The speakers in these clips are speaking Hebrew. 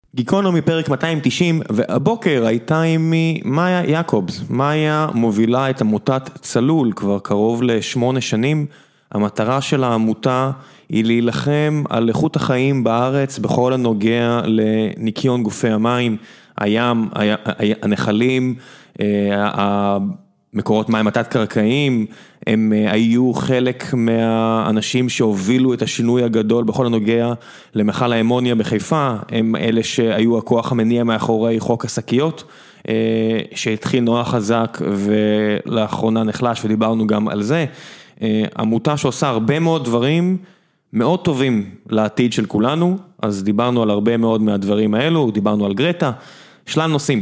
גיקונומי פרק 290, והבוקר הייתה עם מאיה יעקובס. מאיה מובילה את עמותת צלול כבר קרוב ל8 שנים. המטרה של העמותה היא להילחם על איכות החיים בארץ בכל הנוגע לניקיון גופי המים, הים, הנחלים, מקורות מים התת-קרקעיים. הם היו חלק מהאנשים שהובילו את השינוי הגדול בכל הנוגע למכל האמוניה בחיפה, הם אלה שהיו הכוח המניע מאחורי חוק השקיות, שהתחיל נורא חזק ולאחרונה נחלש, ודיברנו גם על זה. עמותה שעושה הרבה מאוד דברים מאוד טובים לעתיד של כולנו, אז דיברנו על הרבה מאוד מהדברים האלו, דיברנו על גרטה, שלל נושאים.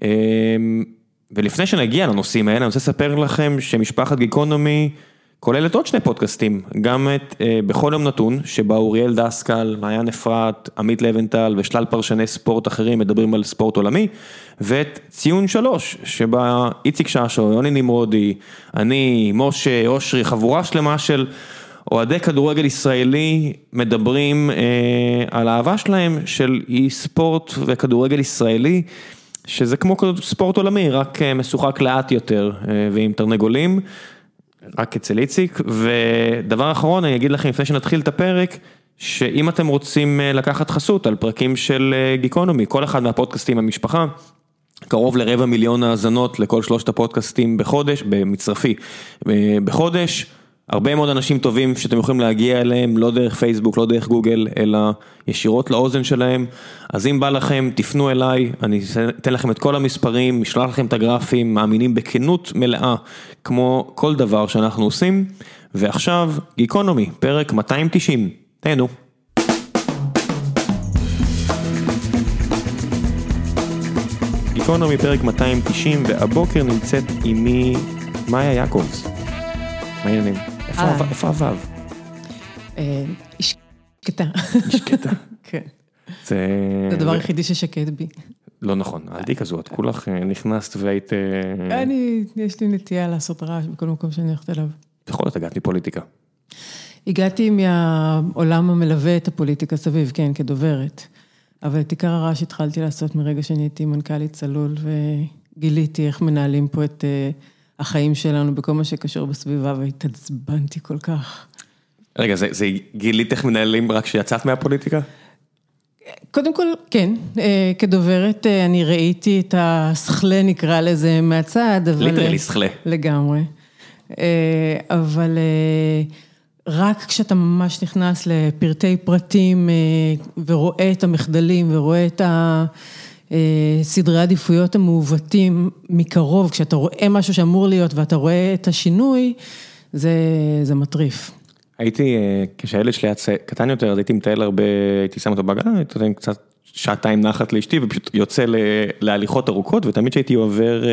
ולפני שנגיע לנושאים האלה, אני רוצה לספר לכם שמשפחת גיקונומי כוללת עוד 2 פודקאסטים, גם את בכל יום נתון, שבה אוריאל דסקל, מעיין אפרת, עמית לבנטל ושלל פרשני ספורט אחרים מדברים על ספורט עולמי, ואת ציון 3, שבה איציק ששו, יוני נמרודי, אני, משה, אושרי, חבורה שלמה של אוהדי כדורגל ישראלי, מדברים על האהבה שלהם של אי ספורט וכדורגל ישראלי, שזה כמו ספורט עולמי, רק משוחק לאט יותר, ועם תרנגולים, רק אצל איציק. ודבר אחרון, אני אגיד לכם לפני שנתחיל את הפרק, שאם אתם רוצים לקחת חסות על פרקים של גיקונומי, כל אחד מהפודקאסטים במשפחה, קרוב ל250,000 האזנות לכל 3 הפודקאסטים בחודש, במצרפי, בחודש, הרבה מאוד אנשים טובים שאתם יכולים להגיע אליהם, לא דרך פייסבוק, לא דרך גוגל, אלא ישירות לאוזן שלהם. אז אם בא לכם, תפנו אליי, אני אתן לכם את כל המספרים, משלח לכם את הגרפים, מאמינים בכנות מלאה, כמו כל דבר שאנחנו עושים. ועכשיו, גיקונומי, פרק 290. תהנו. גיקונומי, פרק 290, והבוקר נמצאת עימי מאיה יעקובס. מה העניינים? איפה אבב? איש שקטה. איש שקטה. כן. זה הדבר היחידי ששקט בי. לא נכון, עדי כזו, את כולך נכנסת והיית... יש לי נטייה לעשות רעש בכל מקום שאני הולכת אליו. בכל זאת הגעת מפוליטיקה. הגעתי מהעולם המלווה את הפוליטיקה סביב, כן, כדוברת. אבל את עיקר הרעש התחלתי לעשות מרגע שאני הייתי מנכ"לית צלול, וגיליתי איך מנהלים פה את... החיים שלנו בכל מה שקשור בסביבה, והתעצבנתי כל כך. רגע, זה גילית איך מנהלים רק שיצאת מהפוליטיקה? קודם כל, כן. כדוברת, אני ראיתי את השכלה, נקרא לזה, מהצד. ליטרלי שכלה. לגמרי. אבל רק כשאתה ממש נכנס לפרטי פרטים, ורואה את המחדלים, ורואה את סדרי עדיפויות המעוותים מקרוב, כשאתה רואה משהו שאמור להיות ואתה רואה את השינוי, זה מטריף. הייתי, כשהילד שלי קטן יותר, אז הייתי מטייל הרבה, הייתי שם אותו בגן, הייתי נותן קצת שעתיים נחת לאשתי, ופשוט יוצא להליכות ארוכות, ותמיד שהייתי עובר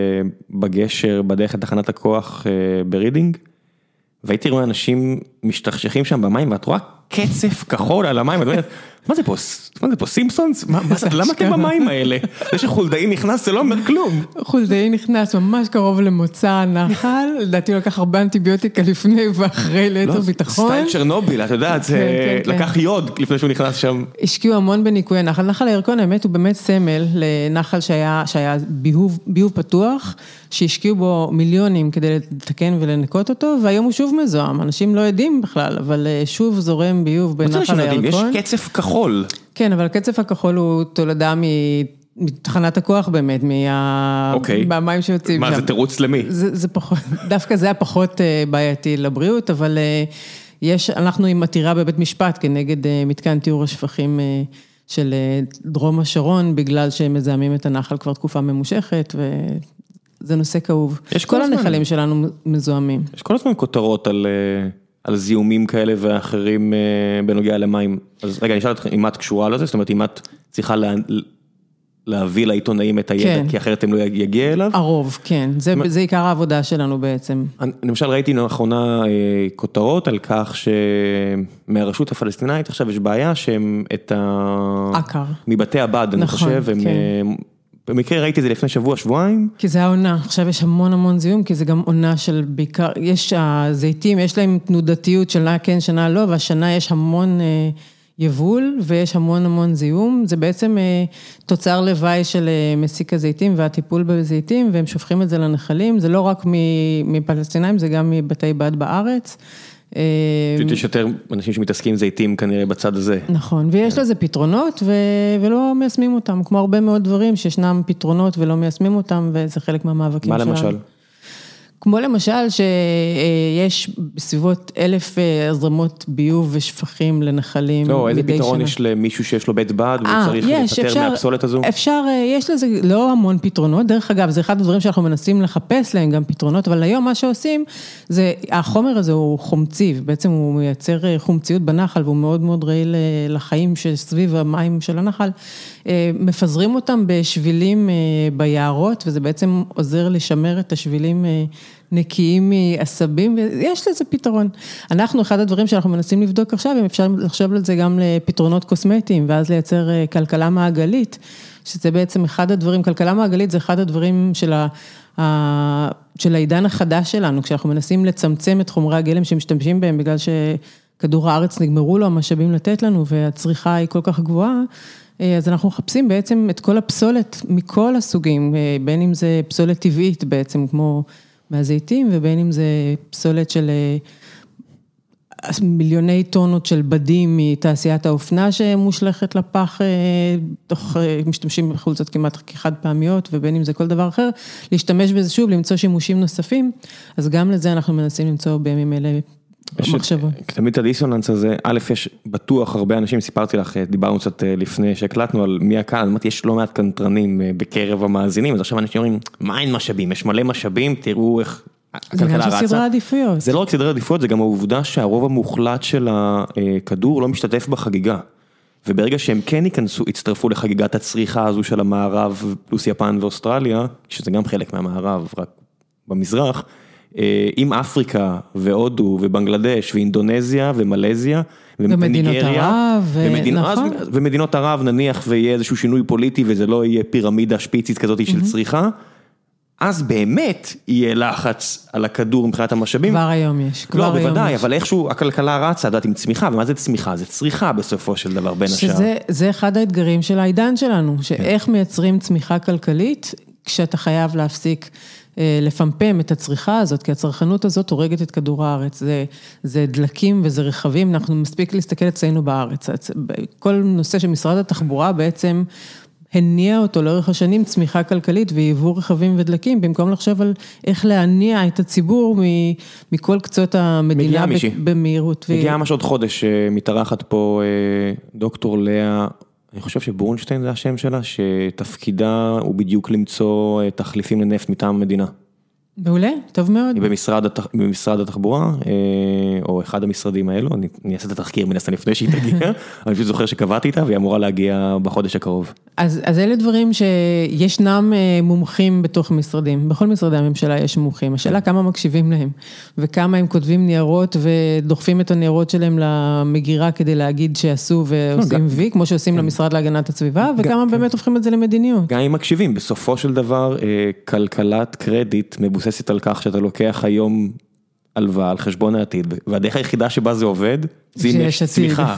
בגשר, בדרך לתחנת הכוח ברידינג, והייתי רואה אנשים משתכשכים שם במים, ואת רואה קצף כחול על המים, ואת אומרת, מה זה פה, סימפסונס? למה אתם במים האלה? זה שחולדאי נכנס, זה לא אומר כלום. חולדאי נכנס ממש קרוב למוצא הנחל, לדעתי לקח הרבה אנטיביוטיקה לפני ואחרי ליתר ביטחון. סטייל צ'רנוביל, אתה יודעת, זה לקח יוד לפני שהוא נכנס שם. השקיעו המון בניקוי הנחל. נחל הירקון, האמת, הוא באמת סמל לנחל שהיה ביוב פתוח, שהשקיעו בו מיליונים כדי לתקן ולנקות אותו, והיום הוא שוב מזוהם. אנשים לא יודעים בכלל, אבל שוב זורם ביוב בנחל הירקון. יש קצף כחול. כן, אבל הקצף הכחול הוא תולדה מתחנת הכוח באמת, מהמים שיוצאים שם. מה, זה תירוץ למי? זה פחות, דווקא זה הפחות בעייתי לבריאות, אבל אנחנו עם עתירה בבית משפט כנגד מתקן טיהור השפכים של דרום השרון, בגלל שהם מזהמים את הנחל כבר תקופה ממושכת, וזה נושא כאוב. כל הנחלים שלנו מזוהמים. יש כל הזמן כותרות על זיהומים כאלה ואחרים בנוגע למים. אז רגע, אני אשאל אותך, אם את קשורה לזה? זאת אומרת, אם את צריכה להביא לעיתונאים את הידע, כי אחרת הם לא יגיע אליו? הרוב, כן. זה עיקר העבודה שלנו בעצם. למשל, ראיתי לאחרונה כותרות על כך שמהרשות הפלסטינאית עכשיו יש בעיה שהם את עקר. מבתי הבד, אני חושב, הם... במקרה ראיתי את זה לפני שבועיים. כי זה העונה, עכשיו יש המון זיהום, כי זה גם עונה של בעיקר, יש הזיתים, יש להם תנודתיות של שנה כן, שנה לא, והשנה יש המון יבול, ויש המון המון זיהום, זה בעצם תוצר לוואי של מסיק הזיתים והטיפול בזיתים, והם שופכים את זה לנחלים, זה לא רק מפלסטינאים, זה גם מבתי בד בארץ. יש יותר אנשים שמתעסקים זיתים כנראה בצד הזה. נכון, ויש לזה פתרונות ולא מיישמים אותם, כמו הרבה מאוד דברים שישנם פתרונות ולא מיישמים אותם, וזה חלק מהמאבקים שלנו. מה למשל? כמו למשל שיש בסביבות 1,000 הזרמות ביוב ושפכים לנחלים. לא, איזה פתרון יש למישהו שיש לו בית בד, והוא צריך לפטר מהפסולת הזו? אפשר, יש לזה לא המון פתרונות, דרך אגב, זה אחד הדברים שאנחנו מנסים לחפש להם גם פתרונות, אבל היום מה שעושים, זה, החומר הזה הוא חומצי, בעצם הוא מייצר חומציות בנחל, והוא מאוד מאוד רעיל לחיים שסביב המים של הנחל, מפזרים אותם בשבילים ביערות, וזה בעצם עוזר לשמר את השבילים נקיים מעשבים, ויש לזה פתרון. אנחנו, אחד הדברים שאנחנו מנסים לבדוק עכשיו, אם אפשר לחשוב על זה גם לפתרונות קוסמטיים, ואז לייצר כלכלה מעגלית, שזה בעצם אחד הדברים, כלכלה מעגלית זה אחד הדברים של העידן החדש שלנו, כשאנחנו מנסים לצמצם את חומרי הגלם שמשתמשים בהם, בגלל שכדור הארץ נגמרו לו המשאבים לתת לנו, והצריכה היא כל כך גבוהה, אז אנחנו מחפשים בעצם את כל הפסולת מכל הסוגים, בין אם זה פסולת טבעית בעצם, כמו מהזיתים, ובין אם זה פסולת של מיליוני טונות של בדים מתעשיית האופנה שמושלכת לפח, משתמשים בחולצות כמעט חד פעמיות, ובין אם זה כל דבר אחר, להשתמש בזה שוב, למצוא שימושים נוספים, אז גם לזה אנחנו מנסים למצוא בימים אלה מחשבות. תמיד הדיסוננס הזה, א', יש בטוח הרבה אנשים, סיפרתי לך, דיברנו קצת לפני שהקלטנו על מי הקהל, אמרתי, יש לא מעט קנטרנים בקרב המאזינים, אז עכשיו אנשים אומרים, מה אין משאבים? יש מלא משאבים, תראו איך הכלכלה רצה. זה גם סדרי עדיפויות. זה לא רק סדרי עדיפויות, זה גם העובדה שהרוב המוחלט של הכדור לא משתתף בחגיגה, וברגע שהם כן יצטרפו לחגיגת הצריכה הזו של המערב, פלוס יפן ואוסטרליה, שזה גם חלק מהמערב, רק במזרח, עם אפריקה והודו ובנגלדש ואינדונזיה ומלזיה ומדינות ערב ומדינות ערב נניח ויהיה איזשהו שינוי פוליטי וזה לא יהיה פירמידה שפיצית כזאת של צריכה, אז באמת יהיה לחץ על הכדור מבחינת המשאבים. כבר היום יש. לא, בוודאי, אבל איכשהו הכלכלה רצה, יודעת, עם צמיחה, ומה זה צמיחה? זה צריכה בסופו של דבר בין השאר. זה אחד האתגרים של העידן שלנו, שאיך מייצרים צמיחה כלכלית, כשאתה חייב להפסיק לפמפם את הצריכה הזאת, כי הצרכנות הזאת הורגת את כדור הארץ, זה דלקים וזה רכבים, אנחנו מספיק להסתכל אצלנו בארץ, כל נושא שמשרד התחבורה בעצם הניע אותו לאורך השנים צמיחה כלכלית ויבוא רכבים ודלקים, במקום לחשוב על איך להניע את הציבור מכל קצות המדינה במהירות. מגיעה ממש עוד חודש, מתארחת פה דוקטור לאה, אני חושב שבורנשטיין זה השם שלה, שתפקידה הוא בדיוק למצוא תחליפים לנפט מטעם המדינה. מעולה, טוב מאוד. היא במשרד התחבורה, או אחד המשרדים האלו, אני אעשה את התחקיר מנסה לפני שהיא תגיע, אני פשוט זוכר שקבעתי איתה, והיא אמורה להגיע בחודש הקרוב. אז אלה דברים שישנם מומחים בתוך משרדים, בכל משרדי הממשלה יש מומחים, השאלה כמה מקשיבים להם, וכמה הם כותבים ניירות, ודוחפים את הניירות שלהם למגירה, כדי להגיד שעשו ועושים וי, כמו שעושים למשרד להגנת הסביבה, וכמה באמת הופכים את זה למדיניות. גם אם מקשיבים, בסופו של דבר, כלכלת קרדיט מבוססת על כך שאתה לוקח היום הלוואה על חשבון העתיד, והדרך היחידה שבה זה עובד, זה אם יש צמיחה.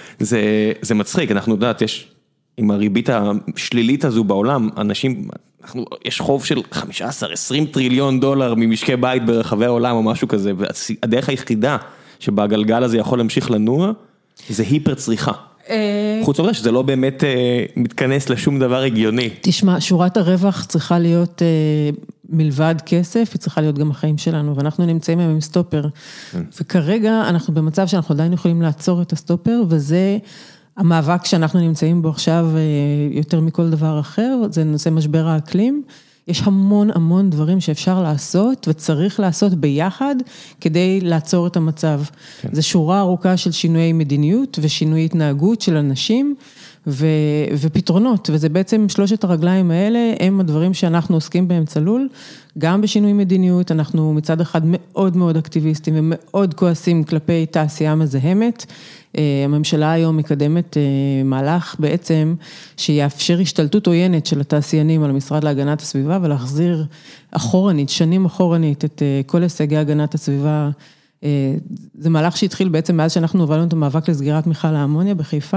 זה מצחיק, אנחנו יודעת, יש, עם הריבית השלילית הזו בעולם, אנשים, יש חוב של 15-20 טריליון דולר ממשקי בית ברחבי העולם או משהו כזה, והדרך היחידה שבה הגלגל הזה יכול להמשיך לנוע, זה היפר צריכה. חוץ מהעובדה שזה לא באמת מתכנס לשום דבר הגיוני. תשמע, שורת הרווח צריכה להיות מלבד כסף, היא צריכה להיות גם החיים שלנו, ואנחנו נמצאים היום עם סטופר, וכרגע אנחנו במצב שאנחנו עדיין יכולים לעצור את הסטופר, וזה המאבק שאנחנו נמצאים בו עכשיו יותר מכל דבר אחר, זה נושא משבר האקלים, יש המון דברים שאפשר לעשות ופריך לעשות ביחד כדי לעצור את המצב. זה שורה ארוכה של שינויי מדיניות ושינוי התנהגות של אנשים ופתרונות, וזה בעצם שלושת הרגליים האלה הם הדברים שאנחנו עוסקים בהם צלול, גם בשינוי מדיניות, אנחנו מצד אחד מאוד מאוד אקטיביסטים ומאוד כועסים כלפי תעשייה מזהמת, הממשלה היום מקדמת מהלך בעצם שיאפשר השתלטות עוינת של התעשיינים על המשרד להגנת הסביבה ולהחזיר אחורנית, שנים אחורנית את כל הישגי הגנת הסביבה זה מהלך שהתחיל בעצם מאז שאנחנו הובלנו את המאבק לסגירת מיכל האמוניה בחיפה,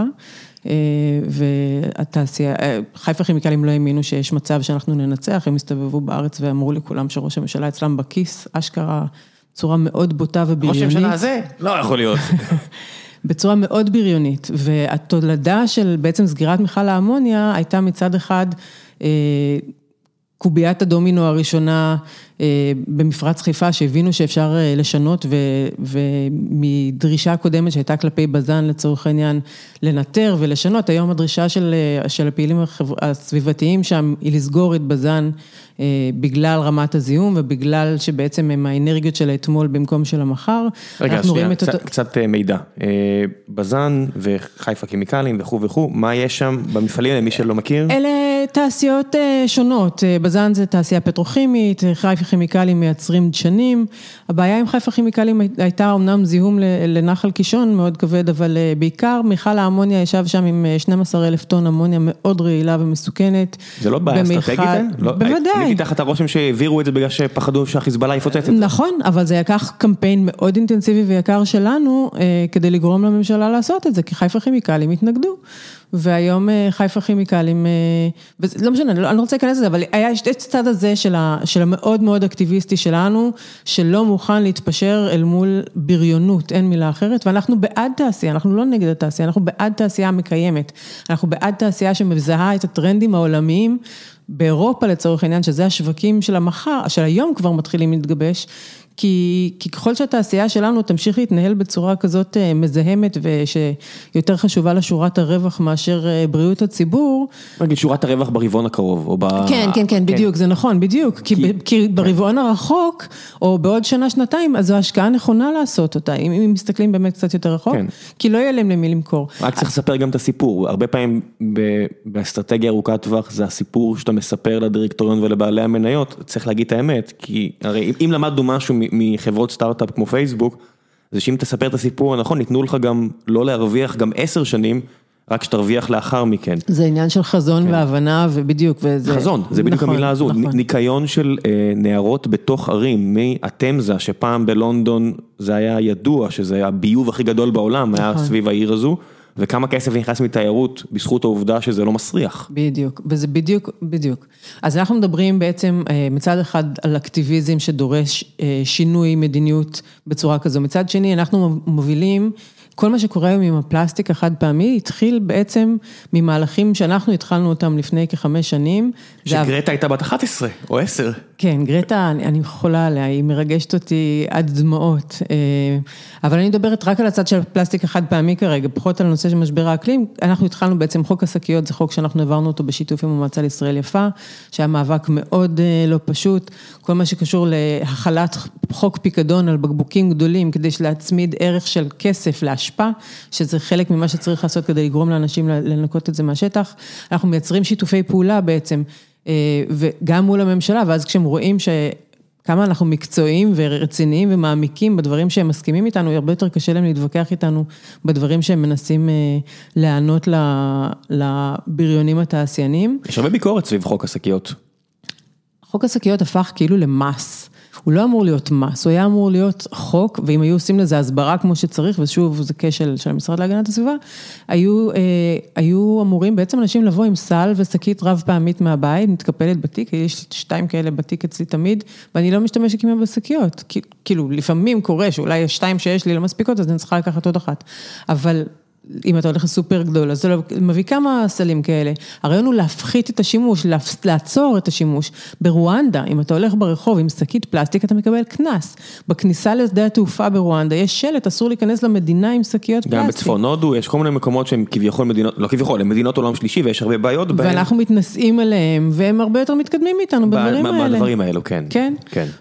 והתעשייה, חיפה כימיקלים לא האמינו שיש מצב שאנחנו ננצח, הם הסתובבו בארץ ואמרו לכולם שראש הממשלה אצלם בכיס, אשכרה צורה מאוד בוטה ובריונית. ראש הממשלה הזה? לא יכול להיות. בצורה מאוד בריונית, והתולדה של בעצם סגירת מיכל האמוניה הייתה מצד אחד קוביית הדומינו הראשונה במפרץ חיפה, שהבינו שאפשר לשנות, ומדרישה קודמת שהייתה כלפי בזן לצורך העניין לנטר ולשנות, היום הדרישה של הפעילים הסביבתיים שם היא לסגור את בזן בגלל רמת הזיהום, ובגלל שבעצם הם האנרגיות של האתמול במקום של המחר. רגע, שנייה, קצת מידע. בזן וחיפה כימיקלים וכו', מה יש שם במפעלים, למי שלא מכיר? אלה תעשיות שונות, בזן זה תעשייה פטרוכימית, חיפה כימיקלים מייצרים דשנים, הבעיה עם חיפה כימיקלים הייתה אומנם זיהום לנחל קישון מאוד כבד, אבל בעיקר מיכל האמוניה ישב שם עם 12,000 טון אמוניה מאוד רעילה ומסוכנת. זה לא בעיה אסטרטגית? בוודאי. אני תחת הרושם שהעבירו את זה בגלל שפחדו שהחיזבאללה יפוצץ את זה. נכון, אבל זה לקח קמפיין מאוד אינטנסיבי ויקר שלנו, כדי לגרום לממשלה לעשות את זה, כי חיפה כימיקלים התנגדו. והיום חיפה כימיקלים, לא משנה, אני לא רוצה להיכנס לזה, אבל היה את הצד הזה של המאוד מאוד אקטיביסטי שלנו, שלא מוכן להתפשר אל מול בריונות, אין מילה אחרת, ואנחנו בעד תעשייה, אנחנו לא נגד התעשייה, אנחנו בעד תעשייה מקיימת, אנחנו בעד תעשייה שמזהה את הטרנדים העולמיים, באירופה לצורך העניין, שזה השווקים של המחר, של היום כבר מתחילים להתגבש, כי ככל שהתעשייה שלנו תמשיך להתנהל בצורה כזאת מזהמת, ושיותר חשובה לשורת הרווח מאשר בריאות הציבור. נגיד שורת הרווח ברבעון הקרוב, או כן, בדיוק, זה נכון, בדיוק, כי ברבעון הרחוק, או בעוד שנה, שנתיים, אז זו השקעה נכונה לעשות אותה, אם מסתכלים באמת קצת יותר רחוק, כי לא יהיה להם למי למכור. רק צריך לספר גם את הסיפור, הרבה פעמים באסטרטגיה ארוכת טווח, זה הסיפור שאתה מספר לדירקטוריון ולבעלי המניות, צריך להגיד את האמת, כי הרי אם למדנו משהו מחברות סטארט-אפ כמו פייסבוק, זה שאם תספר את הסיפור הנכון, ניתנו לך גם לא להרוויח גם 10 שנים, רק שתרוויח לאחר מכן. זה עניין של חזון והבנה, ובדיוק, חזון, זה בדיוק המילה הזו, ניקיון של נערות בתוך ערים, מהתמזה, שפעם בלונדון זה היה ידוע, שזה היה הביוב הכי גדול בעולם, היה סביב העיר הזו, וכמה כסף נכנס מתיירות בזכות העובדה שזה לא מסריח. בדיוק, וזה בדיוק. אז אנחנו מדברים בעצם מצד אחד על אקטיביזם שדורש שינוי מדיניות בצורה כזו. מצד שני, אנחנו מובילים כל מה שקורה היום עם הפלסטיק החד פעמי, התחיל בעצם ממהלכים שאנחנו התחלנו אותם לפני כ5 שנים. שגרטה הייתה בת 11 או 10. כן, גרטה, אני חולה עליה, היא מרגשת אותי עד דמעות, אבל אני מדברת רק על הצד של הפלסטיק החד פעמי כרגע, פחות על הנושא של משבר האקלים. אנחנו התחלנו בעצם חוק השקיות, זה חוק שאנחנו העברנו אותו בשיתוף עם המועצה לישראל יפה, שהיה מאבק מאוד לא פשוט, כל מה שקשור להחלת חוק פיקדון על בקבוקים גדולים, כדי להצמיד ערך של כסף להשפעה, שזה חלק ממה שצריך לעשות כדי לגרום לאנשים לנקות את זה מהשטח. אנחנו מייצרים שיתופי פעולה בעצם, וגם מול הממשלה, ואז כשהם רואים כמה אנחנו מקצועיים ורציניים ומעמיקים בדברים שהם מסכימים איתנו, הרבה יותר קשה להם להתווכח איתנו בדברים שהם מנסים לענות לבריונים התעשיינים. יש הרבה ביקורת סביב חוק השקיות. חוק השקיות הפך כאילו למס. הוא לא אמור להיות מס, הוא היה אמור להיות חוק, ואם היו עושים לזה הסברה כמו שצריך, ושוב זה כשל של המשרד להגנת הסביבה, היו אמורים בעצם אנשים לבוא עם סל ושקית רב פעמית מהבית, מתקפלת בתיק, יש 2 כאלה בתיק אצלי תמיד, ואני לא משתמשת כמעט בשקיות, כאילו לפעמים קורה שאולי 2 שיש לי לא מספיקות, אז אני צריכה לקחת עוד אחת, אבל אם אתה הולך לסופר גדול, אז זה לא, מביא כמה סלים כאלה. הרעיון הוא להפחית את השימוש, לעצור את השימוש. ברואנדה, אם אתה הולך ברחוב עם שקית פלסטיק, אתה מקבל כנס. בכניסה לשדה התעופה ברואנדה, יש שלט, אסור להיכנס למדינה עם שקיות פלסטיק. גם בצפון הודו, יש כל מיני מקומות שהם כביכול מדינות, לא כביכול, הם מדינות עולם שלישי, ויש הרבה בעיות בהם. ואנחנו מתנסים עליהם, והם הרבה יותר מתקדמים איתנו בדברים האלה. בדברים האלו, כן. כן.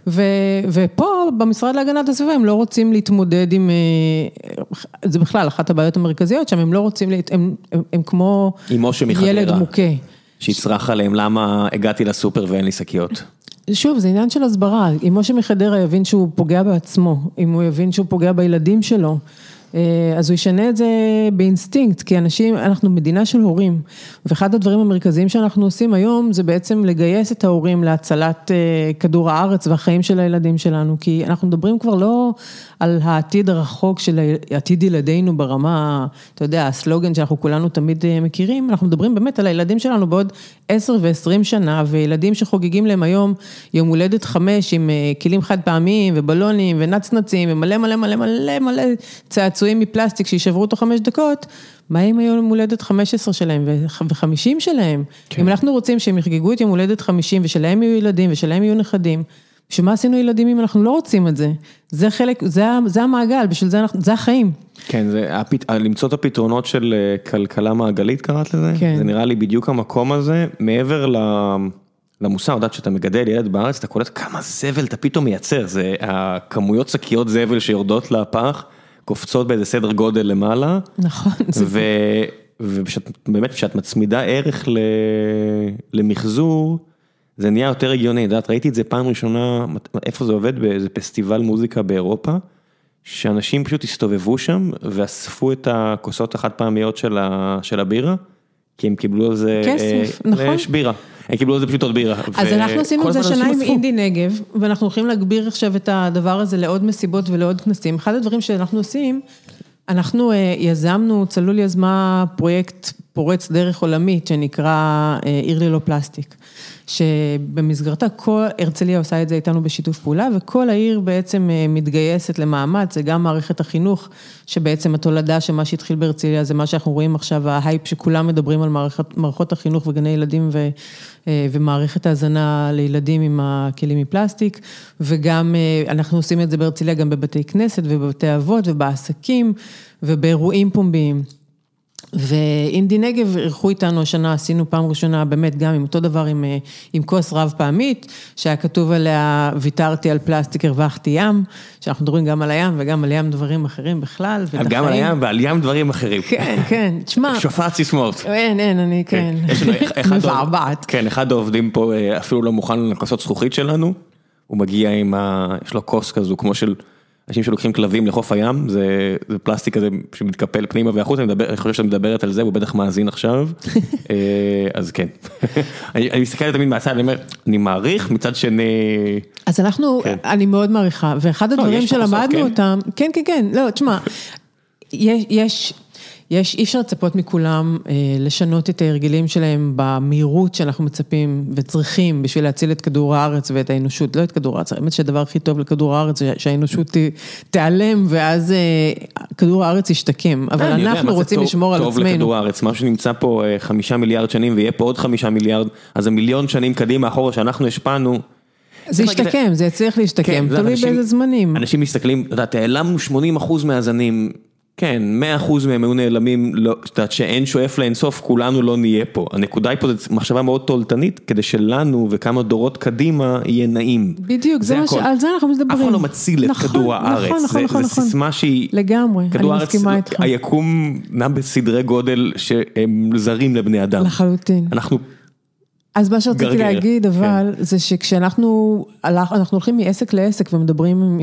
ופה, במשרד להגנת הסביבה, הם לא רוצים להתמודד עם, זה בכלל, אחת הבעיות המרכזיות, שם הם לא רוצים, הם כמו ילד מוכה. שיצרח עליהם, למה הגעתי לסופר ואין לי שקיות? שוב, זה עניין של הסברה. אם משה מחדרה יבין שהוא פוגע בעצמו, אם הוא יבין שהוא פוגע בילדים שלו, אז הוא ישנה את זה באינסטינקט, כי אנשים, אנחנו מדינה של הורים, ואחד הדברים המרכזיים שאנחנו עושים היום, זה בעצם לגייס את ההורים להצלת כדור הארץ והחיים של הילדים שלנו, כי אנחנו מדברים כבר לא על העתיד הרחוק של עתיד ילדינו ברמה, אתה יודע, הסלוגן שאנחנו כולנו תמיד מכירים, אנחנו מדברים באמת על הילדים שלנו בעוד 10 ו-20 שנה, וילדים שחוגגים להם היום יום הולדת 5 עם כלים חד פעמיים ובלונים ונצנצים ומלא מלא מלא מלא מלא צעצועים מפלסטיק שישברו אותו 5 דקות, מה עם היום הולדת 15 שלהם ו-50 שלהם? כן. אם אנחנו רוצים שהם יחגגו את יום הולדת 50 ושלהם יהיו ילדים ושלהם יהיו נכדים, שמה עשינו ילדים אם אנחנו לא רוצים את זה? זה חלק, זה המעגל, בשביל זה, זה החיים. כן, למצוא את הפתרונות של כלכלה מעגלית, קראת לזה? כן. זה נראה לי בדיוק המקום הזה, מעבר למוסר, יודעת שאתה מגדל ילד בארץ, אתה קולט כמה זבל אתה פתאום מייצר, זה הכמויות שקיות זבל שיורדות לפח, קופצות באיזה סדר גודל למעלה. נכון. ובאמת, כשאת מצמידה ערך למחזור, זה נהיה יותר הגיוני, יודעת, ראיתי את זה פעם ראשונה, איפה זה עובד, באיזה פסטיבל מוזיקה באירופה, שאנשים פשוט הסתובבו שם, ואספו את הכוסות החד פעמיות של הבירה, כי הם קיבלו על זה, כסף, נכון. יש בירה, הם קיבלו על זה פשוט עוד בירה. אז אנחנו עשינו את זה שנה עם אינדי נגב, ואנחנו הולכים להגביר עכשיו את הדבר הזה לעוד מסיבות ולעוד כנסים. אחד הדברים שאנחנו עושים, אנחנו יזמנו, צלול יזמה פרויקט פורץ דרך עולמית, שנקרא עיר ללא פלסטיק, שבמסגרתה כל הרצליה עושה את זה איתנו בשיתוף פעולה, וכל העיר בעצם מתגייסת למאמץ, זה גם מערכת החינוך, שבעצם התולדה שמה שהתחיל בהרצליה, זה מה שאנחנו רואים עכשיו, ההייפ שכולם מדברים על מערכות החינוך וגני ילדים ומערכת ההזנה לילדים עם הכלים מפלסטיק, וגם אנחנו עושים את זה בהרצליה גם בבתי כנסת ובבתי אבות ובעסקים ובאירועים פומביים. ואינדי נגב ערכו איתנו השנה, עשינו פעם ראשונה באמת גם עם אותו דבר עם כוס רב פעמית, שהיה כתוב עליה, ויתרתי על פלסטיק, הרווחתי ים, שאנחנו מדברים גם על הים וגם על ים דברים אחרים בכלל. גם על הים ועל ים דברים אחרים. כן, כן, תשמע. שופעת סיסמאות. אין, אני כן. מבעבעת. כן, אחד העובדים פה אפילו לא מוכן לכוסות זכוכית שלנו, הוא מגיע יש לו כוס כזו כמו של אנשים שלוקחים כלבים לחוף הים, זה פלסטיק כזה שמתקפל פנימה והחוץ, אני חושב שאת מדברת על זה, הוא בטח מאזין עכשיו, אז כן. אני מסתכל תמיד מהצד, אני מעריך, מצד שני... אז אני מאוד מעריכה, ואחד הדברים שלמדנו אותם, כן, לא, תשמע, אי אפשר לצפות מכולם לשנות את ההרגלים שלהם במהירות שאנחנו מצפים וצריכים בשביל להציל את כדור הארץ ואת האנושות, לא את כדור הארץ, האמת שהדבר הכי טוב לכדור הארץ זה שהאנושות תיעלם ואז כדור הארץ ישתקם, אבל אנחנו רוצים לשמור על עצמנו. טוב לכדור הארץ, מה שנמצא פה 5 מיליארד שנים ויהיה פה עוד 5 מיליארד, אז המיליון שנים קדימה אחורה שאנחנו השפענו, זה ישתקם, זה יצליח להשתקם, תלוי באיזה זמנים. אנשים מסתכלים, תעלמנו 80% מהזנים, כן, 100% מהם היו נעלמים, שאין שואף לאינסוף, כולנו לא נהיה פה. הנקודה היא פה, זו מחשבה מאוד תולתנית, כדי שלנו וכמה דורות קדימה יהיה נעים. בדיוק, על זה אנחנו מדברים. אף אחד לא מציל את כדור הארץ. זה סיסמה שהיא... לגמרי, אני מסכימה איתך. היקום נע בסדרי גודל שהם זרים לבני אדם. לחלוטין. אנחנו... אז מה שרציתי להגיד, אבל, זה שכשאנחנו הולכים מעסק לעסק ומדברים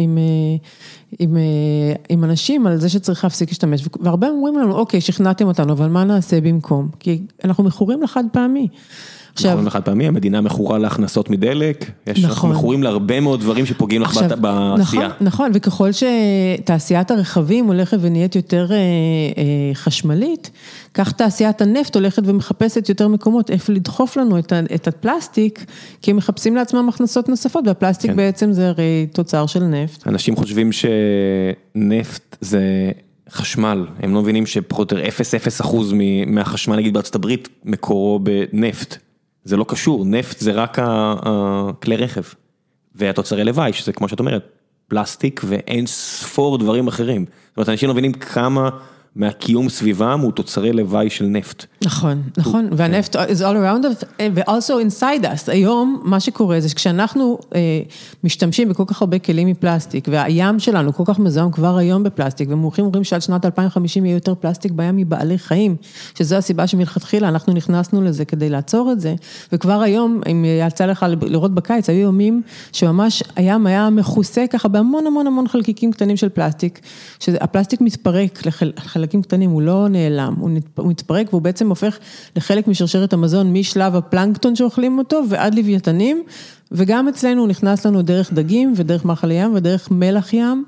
עם אנשים על זה שצריך להפסיק להשתמש, והרבה אומרים לנו, אוקיי, שכנעתם אותנו, אבל מה נעשה במקום? כי אנחנו מכורים לחד פעמי. מכורים לחד פעמי, המדינה מכורה להכנסות מדלק, אנחנו מכורים להרבה מאוד דברים שפוגעים לך בעשייה. נכון, וככל שתעשיית הרכבים הולכת ונהיית יותר חשמלית, כך תעשיית הנפט הולכת ומחפשת יותר מקומות, איפה לדחוף לנו את הפלסטיק, כי הם מחפשים לעצמם הכנסות נוספות, והפלסטיק בעצם זה הרי תוצר של נפט. אנשים חושבים שנפט זה חשמל, הם לא מבינים שפחות או יותר 0.0% מהחשמל, נגיד בארצות הברית, מקורו בנפט. זה לא קשור, נפט זה רק כלי רכב, והתוצרי לוואי, שזה כמו שאת אומרת, פלסטיק ואין ספור דברים אחרים. זאת אומרת, אנשים לא מבינים כמה מהקיום סביבם הוא תוצרי לוואי של נפט. נכון, נכון, והנפט is all around us, ו-also inside us. היום, מה שקורה זה שכשאנחנו משתמשים בכל כך הרבה כלים מפלסטיק, והים שלנו כל כך מזוהם כבר היום בפלסטיק, ומומחים אומרים שעד שנת 2050 יהיה יותר פלסטיק בים מבעלי חיים, שזו הסיבה שמלכתחילה אנחנו נכנסנו לזה כדי לעצור את זה, וכבר היום, אם יצא לך לראות בקיץ, היו יומים שממש הים היה מכוסה ככה בהמון המון המון חלקיקים קטנים של פלסטיק, שהפלסטיק מתפרק לחלקים קטנים, הוא לא נעלם, הוא מתפרק והוא בעצם הופך לחלק משרשרת המזון, משלב הפלנקטון שאוכלים אותו ועד לוויתנים, וגם אצלנו הוא נכנס לנו דרך דגים ודרך מאכל ים ודרך מלח ים.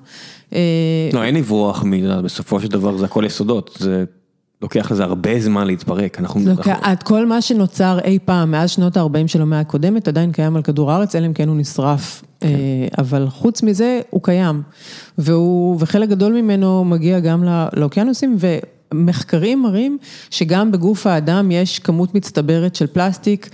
לא, אין לברוח, בסופו של דבר זה הכל יסודות, זה לוקח לזה הרבה זמן להתפרק. עד כל מה שנוצר אי פעם, מאז שנות ה-40 של המאה הקודמת, עדיין קיים על כדור הארץ, אלא אם כן הוא נשרף. אבל חוץ מזה הוא קיים, וחלק גדול ממנו מגיע גם לאוקיינוסים, ומחקרים מראים שגם בגוף האדם יש כמות מצטברת של פלסטיק,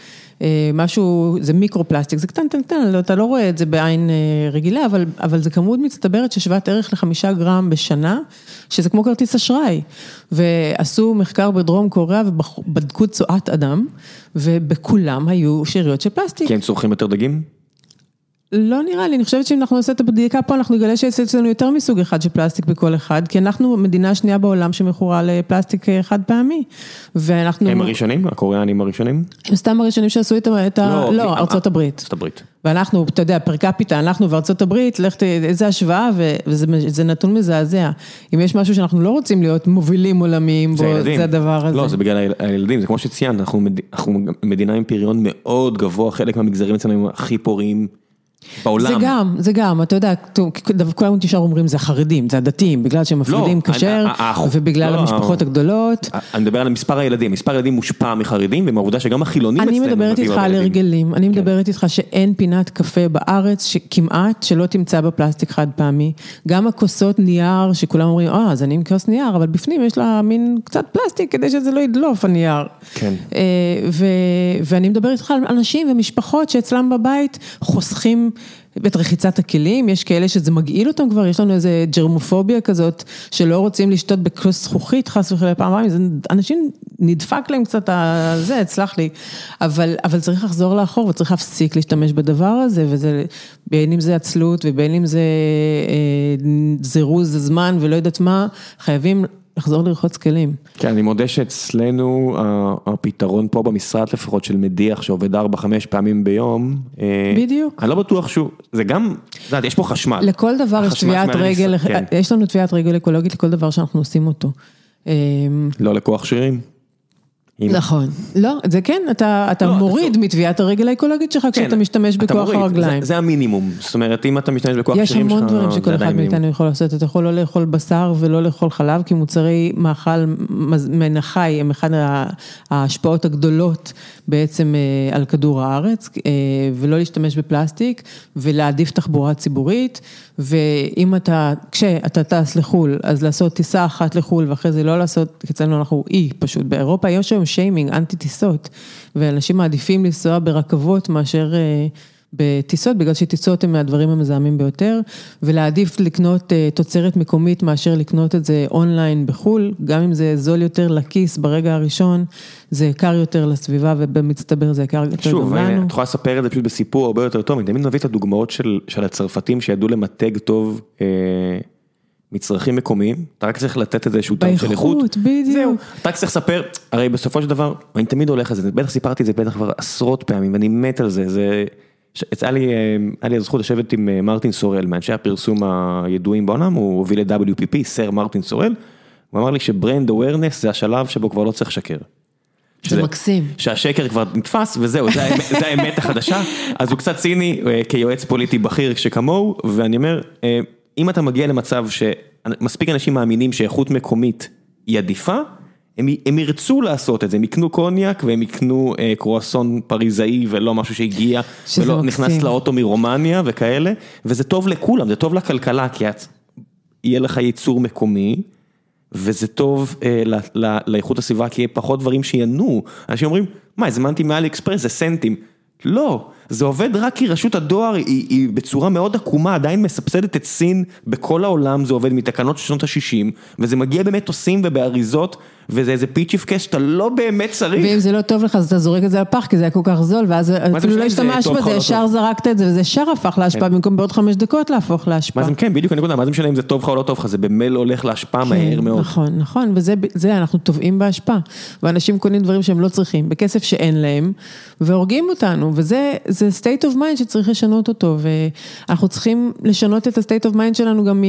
משהו, זה מיקרו-פלסטיק, זה קטן, אתה לא רואה את זה בעין רגילה, אבל זה כמות מצטברת ששוות ערך ל5 גרם בשנה, שזה כמו כרטיס אשראי, ועשו מחקר בדרום קוריאה, ובדקו צואת אדם, ובכולם היו שאריות של פלסטיק. כי הם צורכים יותר דגים? לא נראה לי, אני חושבת שאם אנחנו נעשה את הבדיקה פה, אנחנו נגלה שיש אצלנו יותר מסוג אחד של פלסטיק בכל אחד, כי אנחנו מדינה שנייה בעולם שמכורה לפלסטיק חד פעמי, ואנחנו... הם הראשונים? הקוריאנים הראשונים? הם סתם הראשונים שעשו את לא, ארצות הברית. ארצות הברית. ואנחנו, אתה יודע, פר קפיטה, אנחנו וארצות הברית, איזה השוואה, וזה נתון מזעזע. אם יש משהו שאנחנו לא רוצים להיות מובילים עולמיים, זה הדבר הזה. לא, זה בגלל הילדים, זה כמו שציינת, אנחנו מדינה עם פריון מאוד גבוה, חלק מהמגזרים אצלנו הכי פוריים, בעולם. זה גם, אתה יודע, כולם תשאר אומרים, זה החרדים, זה הדתיים, בגלל שהם מפרידים כשר, ובגלל המשפחות הגדולות. אני מדבר על מספר הילדים, מספר הילדים מושפע מחרדים, ומהעובדה שגם החילונים אני מדברת איתך על הרגלים, אני מדברת איתך שאין פינת קפה בארץ, שכמעט שלא תמצא בפלסטיק חד פעמי, גם הכוסות נייר, שכולם אומרים, אז אני עם כוס נייר, אבל בפנים יש לה מין קצת פלסטיק, כדי שזה לא ידלוף הנייר. כן. ואני מדבר איתך על אנשים ומשפחות שאצלם בבית חוסכים את רחיצת הכלים, יש כאלה שזה מגעיל אותם כבר, יש לנו איזה ג'רמופוביה כזאת, שלא רוצים לשתות בכוס זכוכית, חס וחלילה פעמיים, אנשים נדפק להם קצת זה, הצלח לי, אבל צריך לחזור לאחור, וצריך להפסיק להשתמש בדבר הזה, וזה, בין אם זה עצלות, ובין אם זה זירוז זמן, ולא יודעת מה, חייבים לחזור לרחוץ כלים. כן, אני מודה שאצלנו הפתרון פה במשרד לפחות של מדיח שעובד 4-5 פעמים ביום. בדיוק. אני לא בטוח שהוא, זה גם, יש פה חשמל. לכל דבר יש תביעת רגל, יש לנו תביעת רגל אקולוגית לכל דבר שאנחנו עושים אותו. לא לכוח שרירים. נכון, לא, זה כן, אתה מוריד מתביעת הרגל האקולוגית שלך כשאתה משתמש בכוח הרגליים. זה המינימום, זאת אומרת, אם אתה משתמש בכוח שרירים שלך, יש המון דברים שכל אחד מאיתנו יכול לעשות, אתה יכול לא לאכול בשר ולא לאכול חלב, כי מוצרי מאכל מן החי הם אחד ההשפעות הגדולות בעצם על כדור הארץ, ולא להשתמש בפלסטיק, ולהעדיף תחבורה ציבורית, ואם כשאתה טס לחול, אז לעשות טיסה אחת לחול, ואחרי זה לא לעשות, אצלנו אנחנו פשוט באירופה, יש היום שיימינג, אנטי טיסות, ואנשים מעדיפים לנסוע ברכבות מאשר בטיסות, בגלל שטיסות הן מהדברים המזהמים ביותר, ולעדיף לקנות תוצרת מקומית מאשר לקנות את זה אונליין בחול, גם אם זה זול יותר לכיס ברגע הראשון, זה יקר יותר לסביבה, ובמצטבר זה יקר יותר גם לנו. שוב, את יכולה לספר את זה פשוט בסיפור הרבה יותר טוב, אני תמיד מביא את הדוגמאות של הצרפתים שידעו למתג טוב מצרכים מקומיים, אתה רק צריך לתת את זה איזשהו טעם של איכות. באיכות, בדיוק. זהו, אתה רק צריך לספר, הרי בסופו של דבר, אני תמיד הולך על זה, בטח סיפרתי את זה בטח כבר עשרות פעמים, ואני מת על זה, היה לי הזכות לשבת עם מרטין סורל, מאנשי הפרסום הידועים בעולם, הוא הוביל ל-WPP, סר מרטין סורל, הוא אמר לי שברנד אווירנס זה השלב שבו כבר לא צריך לשקר. זה מקסים. שהשקר כבר נתפס, וזהו, זה האמת החדשה, אז הוא קצת ציני כיועץ פוליטי בכיר שכמוהו, ואני אומר, אם אתה מגיע למצב שמספיק אנשים מאמינים שאיכות מקומית היא עדיפה, הם ירצו לעשות את זה, הם יקנו קוניאק והם יקנו קרואסון פריזאי ולא משהו שהגיע, ולא נכנס לאוטו מרומניה וכאלה, וזה טוב לכולם, זה טוב לכלכלה, כי יהיה לך ייצור מקומי, וזה טוב לאיכות הסביבה, כי יהיה פחות דברים שינו. אנשים אומרים, מה, הזמנתי מאלי אקספרס, זה סנטים. לא, זה עובד רק כי רשות הדואר היא בצורה מאוד עקומה, עדיין מסבסדת את סין בכל העולם, זה עובד מתקנות של שנות ה-60, וזה מגיע במטוסים ובאריזות, וזה איזה פיצ'יפקס שאתה לא באמת צריך. ואם זה לא טוב לך, אז אתה זורק את זה לפח, כי זה היה כל כך זול, ואז אפילו לא השתמש בזה, ישר זרקת את זה, וזה ישר הפך להשפעה, במקום בעוד 5 דקות להפוך להשפעה. מה זה כן, בדיוק הנקודה, מה זה משנה אם זה טוב לך או לא טוב לך, זה במייל הולך להשפעה מהר מאוד. נכון, נכון, וזה אנחנו טובעים בהשפעה, ואנשים קונים דברים שהם לא צריכים, בכסף שאין להם, והורגים אותנו, וזה state of mind שצריך לשנות אותו, ואנחנו צריכים לשנות את ה-state of mind שלנו גם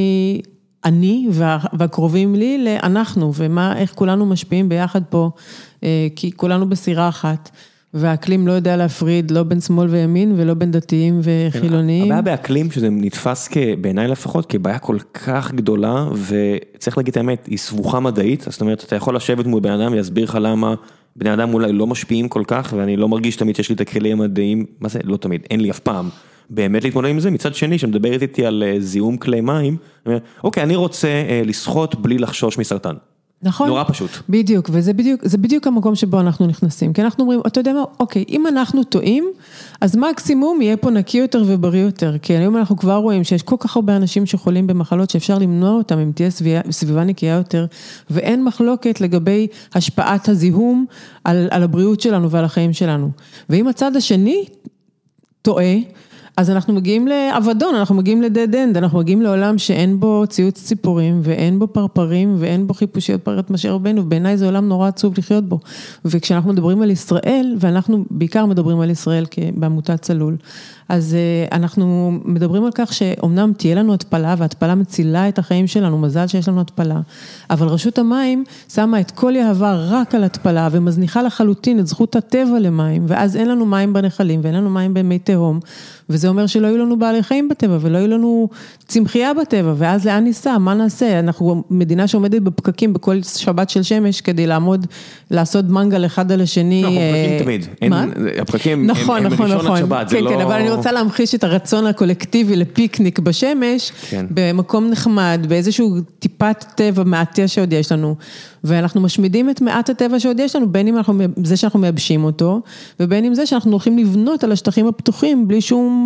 אני והקרובים לי לאנחנו, ואיך כולנו משפיעים ביחד פה, כי כולנו בסירה אחת, והאקלים לא יודע להפריד, לא בין שמאל וימין, ולא בין דתיים וחילוניים. הבעיה באקלים, שזה נתפס בעיניי לפחות, כבעיה כל כך גדולה, וצריך להגיד את האמת, היא סבוכה מדעית, זאת אומרת, אתה יכול לשבת מול בן אדם, ויסביר לך למה בני אדם אולי לא משפיעים כל כך, ואני לא מרגיש תמיד שיש לי את הכלים המדעיים, מה זה? לא תמיד, אין לי אף פעם. באמת להתמודד עם זה, מצד שני, שמדברת איתי על זיהום כלי מים, אוקיי, אני רוצה לשחות בלי לחשוש מסרטן. נכון. נורא פשוט. בדיוק, וזה בדיוק המקום שבו אנחנו נכנסים, כי אנחנו אומרים, אתה יודע מה, אוקיי, אם אנחנו טועים, אז מקסימום יהיה פה נקי יותר ובריא יותר, כי היום אנחנו כבר רואים שיש כל כך הרבה אנשים שחולים במחלות, שאפשר למנוע אותם אם תהיה סביבה נקייה יותר, ואין מחלוקת לגבי השפעת הזיהום על הבריאות שלנו ועל החיים שלנו. ואם הצד השני טועה, אז אנחנו מגיעים לעבדון, אנחנו מגיעים לדד אנד, אנחנו מגיעים לעולם שאין בו ציוץ ציפורים, ואין בו פרפרים, ואין בו חיפושיות פרת משה רבנו, ובעיניי זה עולם נורא עצוב לחיות בו. וכשאנחנו מדברים על ישראל, ואנחנו בעיקר מדברים על ישראל בעמותת צלול, אז אנחנו מדברים על כך שאומנם תהיה לנו התפלה, והתפלה מצילה את החיים שלנו, מזל שיש לנו התפלה, אבל רשות המים שמה את כל יהבה רק על התפלה, ומזניחה לחלוטין את זכות הטבע למים, ואז אין לנו מים בנחלים, ואין לנו מים במי תהום, וזה אומר שלא יהיו לנו בעלי חיים בטבע, ולא יהיו לנו צמחייה בטבע, ואז לאן ניסע, מה נעשה? אנחנו מדינה שעומדת בפקקים בכל שבת של שמש, כדי לעשות מנגל אחד על השני. לא, הפקקים תמיד. מה? הפקקים הם מראשון עד שבת, זה לא... כן, אבל אני רוצה להמחיש את הרצון הקולקטיבי לפיקניק בשמש, במקום נחמד, באיזשהו טיפת טבע מעטה שעוד יש לנו, ואנחנו משמידים את מעט הטבע שעוד יש לנו, בין אם זה שאנחנו מייבשים אותו, ובין אם זה שאנחנו הולכים לבנות על השטחים הפתוחים, בלי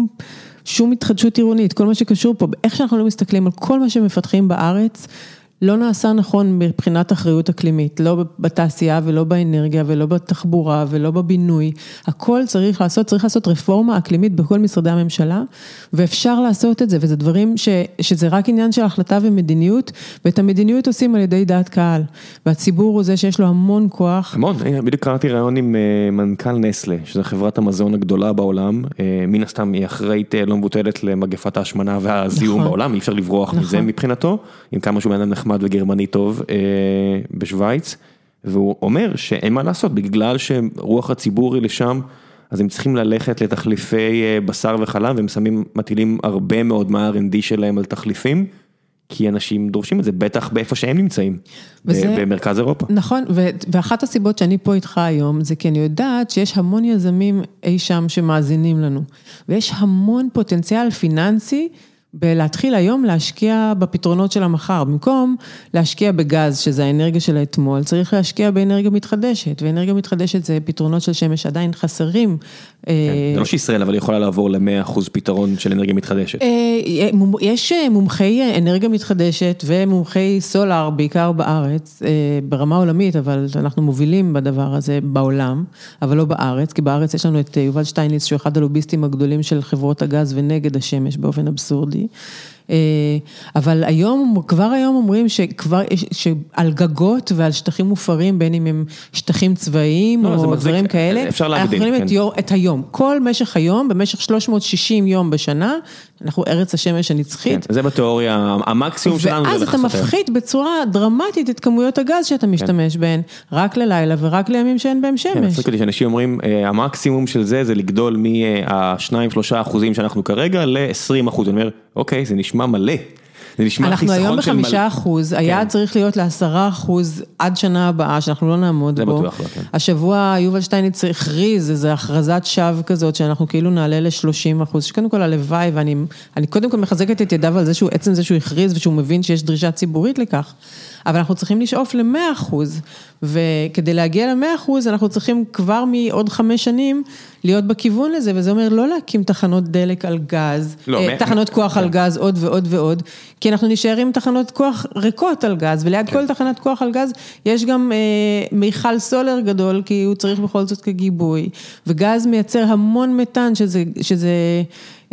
שום התחדשות עירונית, כל מה שקשור פה, איך שאנחנו לא מסתכלים על כל מה שמפתחים בארץ, לא נעשה נכון מבחינת אחריות אקלימית, לא בתעשייה ולא באנרגיה ולא בתחבורה ולא בבינוי, הכל צריך לעשות רפורמה אקלימית בכל משרדי הממשלה, ואפשר לעשות את זה, וזה דברים שזה רק עניין של החלטה ומדיניות, ואת המדיניות עושים על ידי דעת קהל, והציבור הוא זה שיש לו המון כוח. המון, בדיוק קראתי רעיון עם מנכ"ל נסלה, שזו חברת המזון הגדולה בעולם, מן הסתם היא אחראית לא מבוטלת למגפת ההשמנה והזיהום בעולם, אי אפשר לברוח מזה מבחינתו, עם כמה שהוא בן נחמד וגרמני טוב בשוויץ, והוא אומר שאין מה לעשות, בגלל שרוח הציבור היא לשם, אז הם צריכים ללכת לתחליפי בשר וחלב, והם מטילים הרבה מאוד מה-R&D שלהם על תחליפים, כי אנשים דורשים את זה, בטח באיפה שהם נמצאים, במרכז אירופה. נכון, ואחת הסיבות שאני פה איתך היום, זה כי אני יודעת שיש המון יזמים אי שם שמאזינים לנו, ויש המון פוטנציאל פיננסי, בלהתחיל היום להשקיע בפתרונות של המחר, במקום להשקיע בגז, שזה האנרגיה של האתמול, צריך להשקיע באנרגיה מתחדשת, ואנרגיה מתחדשת זה פתרונות של שמש עדיין חסרים. זה לא שישראל, אבל היא יכולה לעבור ל100% פתרון של אנרגיה מתחדשת. יש מומחי אנרגיה מתחדשת ומומחי סולר, בעיקר בארץ, ברמה עולמית, אבל אנחנו מובילים בדבר הזה בעולם, אבל לא בארץ, כי בארץ יש לנו את יובל שטייניץ, שהוא אחד הלוביסטים הגדולים של חברות הגז ונגד השמש באופן אבסורדי. אבל כבר היום אומרים שעל גגות ועל שטחים מופרים, בין אם הם שטחים צבאיים או דברים כאלה, אנחנו יכולים את היום, כל משך היום, במשך 360 יום בשנה, אנחנו ארץ השמש הנצחית. זה בתיאוריה, המקסימום שלנו. ואז אתה מפחית בצורה דרמטית את כמויות הגז שאתה משתמש בהן, רק ללילה ורק לימים שאין בהם שמש. אנשים אומרים, המקסימום של זה לגדול מה-2-3% שאנחנו כרגע ל-20%. אני אומר, אוקיי, זה נשמע מלא. זה נשמע אנחנו היום חיסכון של ב5%, היעד צריך להיות ל10% עד שנה הבאה, שאנחנו לא נעמוד זה בו. בטוח לא, כן. השבוע יובל שטייניץ הכריז איזו הכרזת שווא כזאת, שאנחנו כאילו נעלה ל30%, שקודם כל הלוואי, ואני קודם כל מחזקת את ידיו על זה שהוא, עצם זה שהוא הכריז, ושהוא מבין שיש דרישה ציבורית לכך, אבל אנחנו צריכים לשאוף ל100%, וכדי להגיע ל100%, אנחנו צריכים כבר מעוד 5 שנים, להיות בכיוון לזה, וזה אומר לא להקים תחנות דלק על גז, תחנות כוח על גז עוד ועוד ועוד, כי אנחנו נשאר עם תחנות כוח ריקות על גז, וליד כל תחנת כוח על גז, יש גם מיכל סולר גדול, כי הוא צריך בכל זאת כגיבוי, וגז מייצר המון מתאן, שזה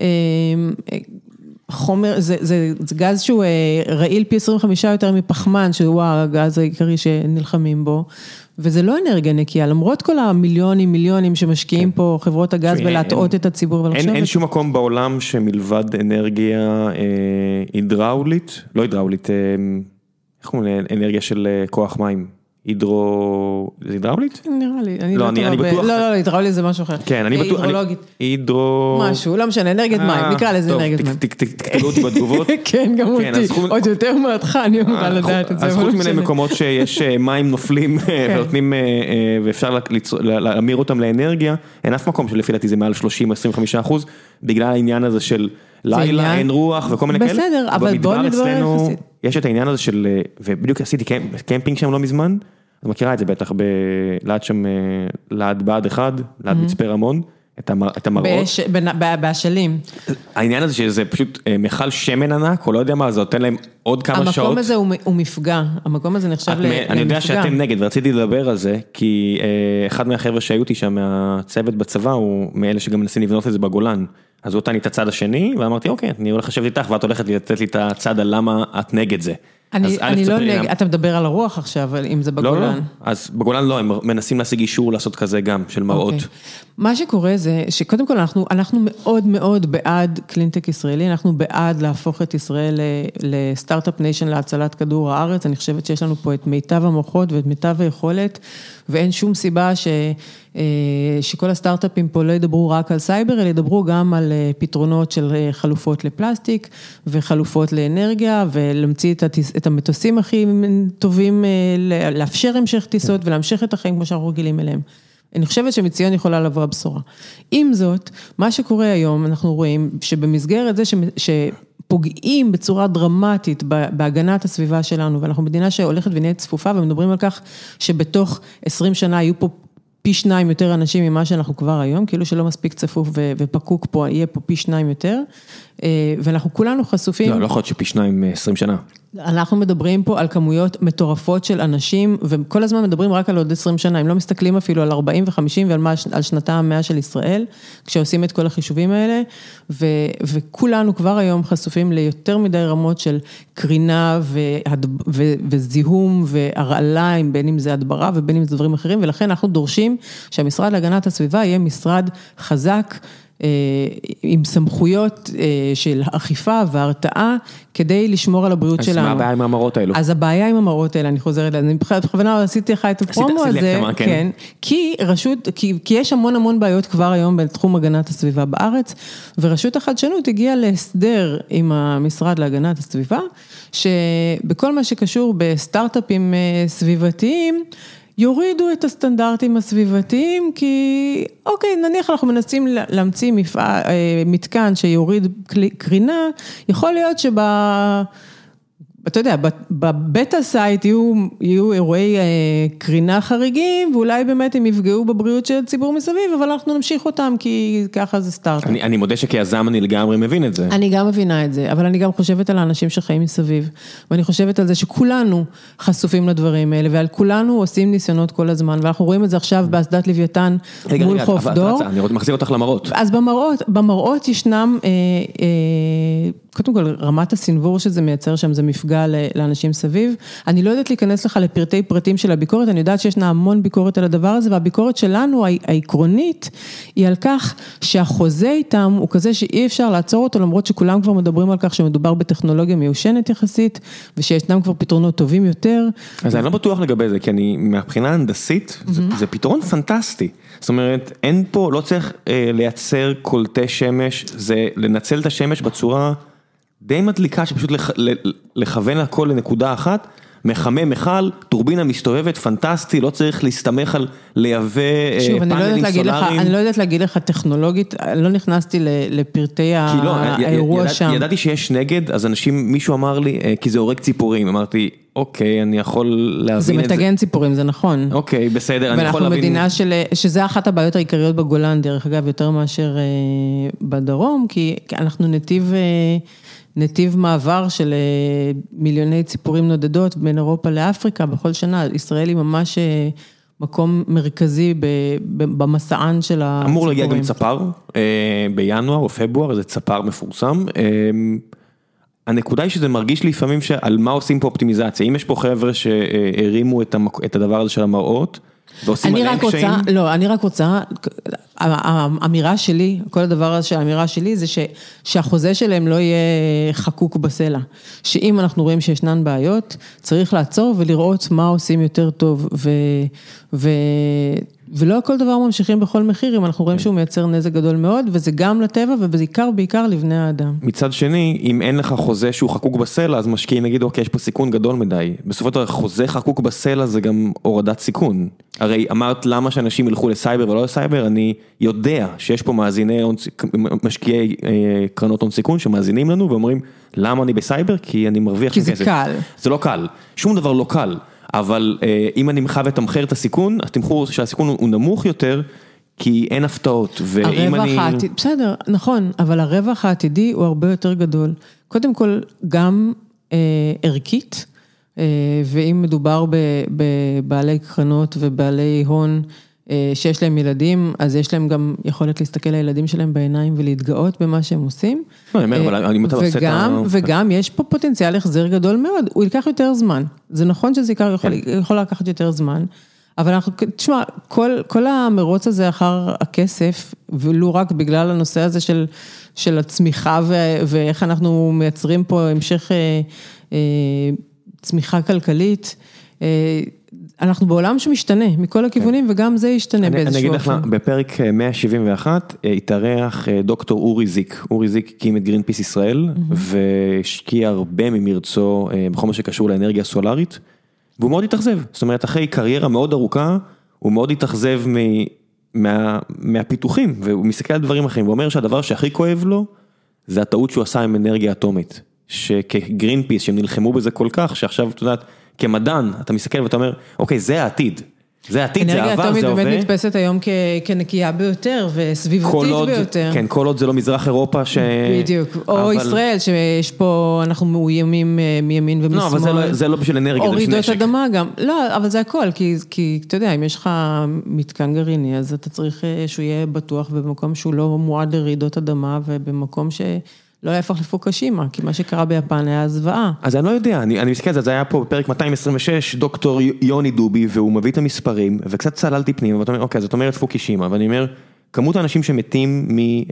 חומר, זה גז שהוא רעיל פי 25 יותר מפחמן, שהוא הגז העיקרי שנלחמים בו, וזה לא אנרגיה נקייה, למרות כל המיליונים שמשקיעים פה חברות הגז ולהטעות את הציבור. אין שום מקום בעולם שמלבד אנרגיה הידראולית, לא הידראולית, איך קוראים אנרגיה של כוח מים? זה הידראולית? נראה לי, אני בטוח. לא, הידראולית זה משהו אחר. כן, אני בטוח. הידרולוגית. משהו, לא משנה, אנרגיית מים, נקרא לזה אנרגיית מים. תכתבו אותי בתגובות. כן, גם אותי. עוד יותר מעדך, אני אמורה לדעת את זה. אז חוץ מיני מקומות שיש מים נופלים ונותנים, ואפשר להמיר אותם לאנרגיה, אין אף מקום שלפי דעתי זה מעל 30-25%, בגלל העניין הזה של לילה, אין רוח וכל מיני כאלה. בסדר, אבל בואו נדבר יחסית. יש את העניין הזה של, ובדיוק עשיתי קמפינג שם לא מזמן, את מכירה את זה בטח, ליד שם, ליד בעד אחד, ליד מצפה רמון, את המראות. באשלים. העניין הזה שזה פשוט מיכל שמן ענק, או לא יודע מה, זה נותן להם עוד כמה שעות. המקום הזה הוא מפגע, המקום הזה נחשב למפגע. אני יודע שאתם נגד, ורציתי לדבר על זה, כי אחד מהחבר'ה שהיו אותי שם, מהצוות בצבא, הוא מאלה שגם מנסים לבנות את זה בגולן. אז הוא נתן לי את הצד השני, ואמרתי, אוקיי, אני הולך לשבת איתך, ואת הולכת לתת לי את הצד על למה את נגד זה. אני לא נגד, אתה מדבר על הרוח עכשיו, אם זה בגולן. לא, אז בגולן לא, הם מנסים להשיג אישור לעשות כזה גם, של מראות. מה שקורה זה, שקודם כל אנחנו מאוד מאוד בעד קלינטק ישראלי, אנחנו בעד להפוך את ישראל לסטארט-אפ ניישן להצלת כדור הארץ, אני חושבת שיש לנו פה את מיטב המוחות ואת מיטב היכולת, ואין שום סיבה שכל הסטארט-אפים פה לא ידברו רק על סייבר, אלא ידברו גם על פתרונות של חלופות לפלסטיק, וחלופות לאנרגיה, ולהמציא את המטוסים הכי טובים, לאפשר המשך טיסות, ולהמשיך את החיים כמו שאנחנו רגילים אליהם. אני חושבת שמציון יכולה לבוא הבשורה. עם זאת, מה שקורה היום, אנחנו רואים שבמסגרת זה שפוגעים בצורה דרמטית בהגנת הסביבה שלנו, ואנחנו מדינה שהולכת ונהיית צפופה, ומדברים על כך שבתוך 20 שנה יהיו פה פי 2 יותר אנשים ממה שאנחנו כבר היום, כאילו שלא מספיק צפוף ופקוק פה, יהיה פה פי 2 יותר, ואנחנו כולנו חשופים. לא יכול להיות שפי 2 20 שנה. אנחנו מדברים פה על כמויות מטורפות של אנשים, וכל הזמן מדברים רק על עוד 20 שנה, הם לא מסתכלים אפילו על 40 ו-50 ועל שנתה ה-100 של ישראל, כשעושים את כל החישובים האלה, וכולנו כבר היום חשופים ליותר מדי רמות של קרינה וזיהום והרעלה, בין אם זה הדברה ובין אם זה דברים אחרים, ולכן אנחנו דורשים שהמשרד להגנת הסביבה יהיה משרד חזק, עם סמכויות של אכיפה והרתעה, כדי לשמור על הבריאות שלנו. אז מה הבעיה עם המראות האלו? אז הבעיה עם המראות האלה, אני חוזרת, אני בכוונה עשיתי לך את הפרומו הזה, כן, כי יש המון בעיות כבר היום בתחום הגנת הסביבה בארץ, ורשות החדשנות הגיעה להסדר עם המשרד להגנת הסביבה, שבכל מה שקשור בסטארט-אפים סביבתיים, יורידו את הסטנדרטים הסביבתיים, כי אוקיי, נניח אנחנו מנסים להמציא מתקן שיוריד קרינה, יכול להיות אתה יודע, בבטה סייט יהיו אירועי קרינה חריגים, ואולי באמת הם יפגעו בבריאות של הציבור מסביב, אבל אנחנו נמשיך אותם, כי ככה זה סטארט. אני מודה שכיזם אני לגמרי מבין את זה. אני גם מבינה את זה, אבל אני גם חושבת על האנשים שחיים מסביב, ואני חושבת על זה שכולנו חשופים לדברים האלה, ועל כולנו עושים ניסיונות כל הזמן, ואנחנו רואים את זה עכשיו באסדת לוויתן מול חוף דור. אני מחזיר אותך למראות. אז במראות ישנם, קודם כל, רמת הסנבור שזה מייצר שם, זה מפגע לאנשים סביב. אני לא יודעת להיכנס לך לפרטי פרטים של הביקורת, אני יודעת שישנה המון ביקורת על הדבר הזה, והביקורת שלנו, העקרונית, היא על כך שהחוזה איתם הוא כזה שאי אפשר לעצור אותו, למרות שכולם כבר מדברים על כך שמדובר בטכנולוגיה מיושנת יחסית, ושישנם כבר פתרונות טובים יותר. אז אני לא בטוח לגבי זה, כי מהבחינה הנדסית, זה פתרון פנטסטי. זאת אומרת, אין פה, לא צריך לייצר קולטי שמש, זה לנצל את השמש בצורה די מדליקה, שפשוט לכוון הכל לנקודה אחת, מחמם מחל, טורבינה מסתובבת, פנטסטי, לא צריך להסתמך על לייבא פאנלים סולאריים. אני לא יודעת להגיד לך טכנולוגית, לא נכנסתי לפרטי האירוע שם. ידעתי שיש נגד, אז מישהו אמר לי, כי זה הורג ציפורים, אמרתי, אוקיי, אני יכול להבין את זה. זה מתגן ציפורים, זה נכון. אוקיי, בסדר, אני יכול להבין. ואנחנו מדינה שזה אחת הבעיות העיקריות בגולן, דרך אגב, יותר מאשר בדרום, כי אנחנו נתיב מעבר של מיליוני ציפורים נודדות בין אירופה לאפריקה בכל שנה. ישראל היא ממש מקום מרכזי במסען של הציפורים. אמור להגיע גם צפר בינואר או פברואר, זה צפר מפורסם. הנקודה היא שזה מרגיש לי לפעמים שעל מה עושים פה אופטימיזציה. אם יש פה חבר'ה שהרימו את הדבר הזה של המראות, ועושים עליהם קשיים. לא, אני רק רוצה, האמירה שלי, כל הדבר הזה של האמירה שלי, זה שהחוזה שלהם לא יהיה חקוק בסלע. שאם אנחנו רואים שישנן בעיות, צריך לעצור ולראות מה עושים יותר טוב, ולא כל דבר ממשיכים בכל מחיר, אם אנחנו רואים שהוא מייצר נזק גדול מאוד, וזה גם לטבע, ובעיקר לבני האדם. מצד שני, אם אין לך חוזה שהוא חקוק בסלע, אז משקיעים יגידו, אוקיי, יש פה סיכון גדול מדי. בסופו של דבר, חוזה חקוק בסלע זה גם הורדת סיכון. הרי אמרת למה שאנשים ילכו לסייבר ולא לסייבר, אני יודע שיש פה משקיעי קרנות הון סיכון שמאזינים לנו, ואומרים, למה אני בסייבר? כי אני מרוויח כי זה קל. זה לא קל. שום דבר לא קל. אבל אם אני מחייב לתמחר את הסיכון, התמחור שהסיכון הוא נמוך יותר, כי אין הפתעות, ואם אני... בסדר, נכון, אבל הרווח העתידי הוא הרבה יותר גדול. קודם כל, גם ערכית, ואם מדובר בבעלי קרנות ובעלי הון, שיש להם ילדים, אז יש להם גם יכולת להסתכל לילדים שלהם בעיניים ולהתגאות במה שהם עושים. וגם יש פה פוטנציאל החזר גדול מאוד, הוא ייקח יותר זמן. זה נכון שזה יכול לקחת יותר זמן, אבל אנחנו, תשמע, כל המרוץ הזה אחר הכסף, ולא רק בגלל הנושא הזה של הצמיחה, ואיך אנחנו מייצרים פה המשך צמיחה כלכלית, אנחנו בעולם שמשתנה, מכל הכיוונים, וגם זה ישתנה באיזשהו אופן. אני אגיד לך, בפרק 171, התארח דוקטור אורי זיק. אורי זיק הקים את גרינפיס ישראל, והשקיע הרבה ממרצו בכל מה שקשור לאנרגיה סולארית, והוא מאוד התאכזב. זאת אומרת, אחרי קריירה מאוד ארוכה, הוא מאוד התאכזב מהפיתוחים, והוא מסתכל על דברים אחרים, ואומר שהדבר שהכי כואב לו, זה הטעות שהוא עשה עם אנרגיה אטומית. שכגרינפיס, שהם נלחמו בזה כל כך, שעכשיו, אתה יודעת, כמדען, אתה מסתכל ואתה אומר, אוקיי, זה העתיד. זה העתיד, זה העבר, זה אנרגיה הווה. אטומית נתפסת היום כנקייה ביותר, וסביבתית ביותר. כן, כל עוד זה לא מזרח אירופה בדיוק, או ישראל, שיש פה, אנחנו מאוימים מימין ומשמאל. לא, אבל זה לא בשביל אנרגיה, זה בשביל נשק. או רעידות אדמה גם. לא, אבל זה הכל, כי אתה יודע, אם יש לך מתקן גרעיני, אז אתה צריך שהוא יהיה בטוח, ובמקום שהוא לא מועד לרעידות אדמה, ובמקום לא יהפך לפוקושימה, כי מה שקרה ביפן היה זוועה. אז אני לא יודע, אני מסתכל על זה, זה היה פה בפרק 226, דוקטור יוני דובי, והוא מביא את המספרים, וקצת צללתי פנים, ואתה אומר, אוקיי, זאת אומרת פוקושימה, ואני אומר, כמות האנשים שמתים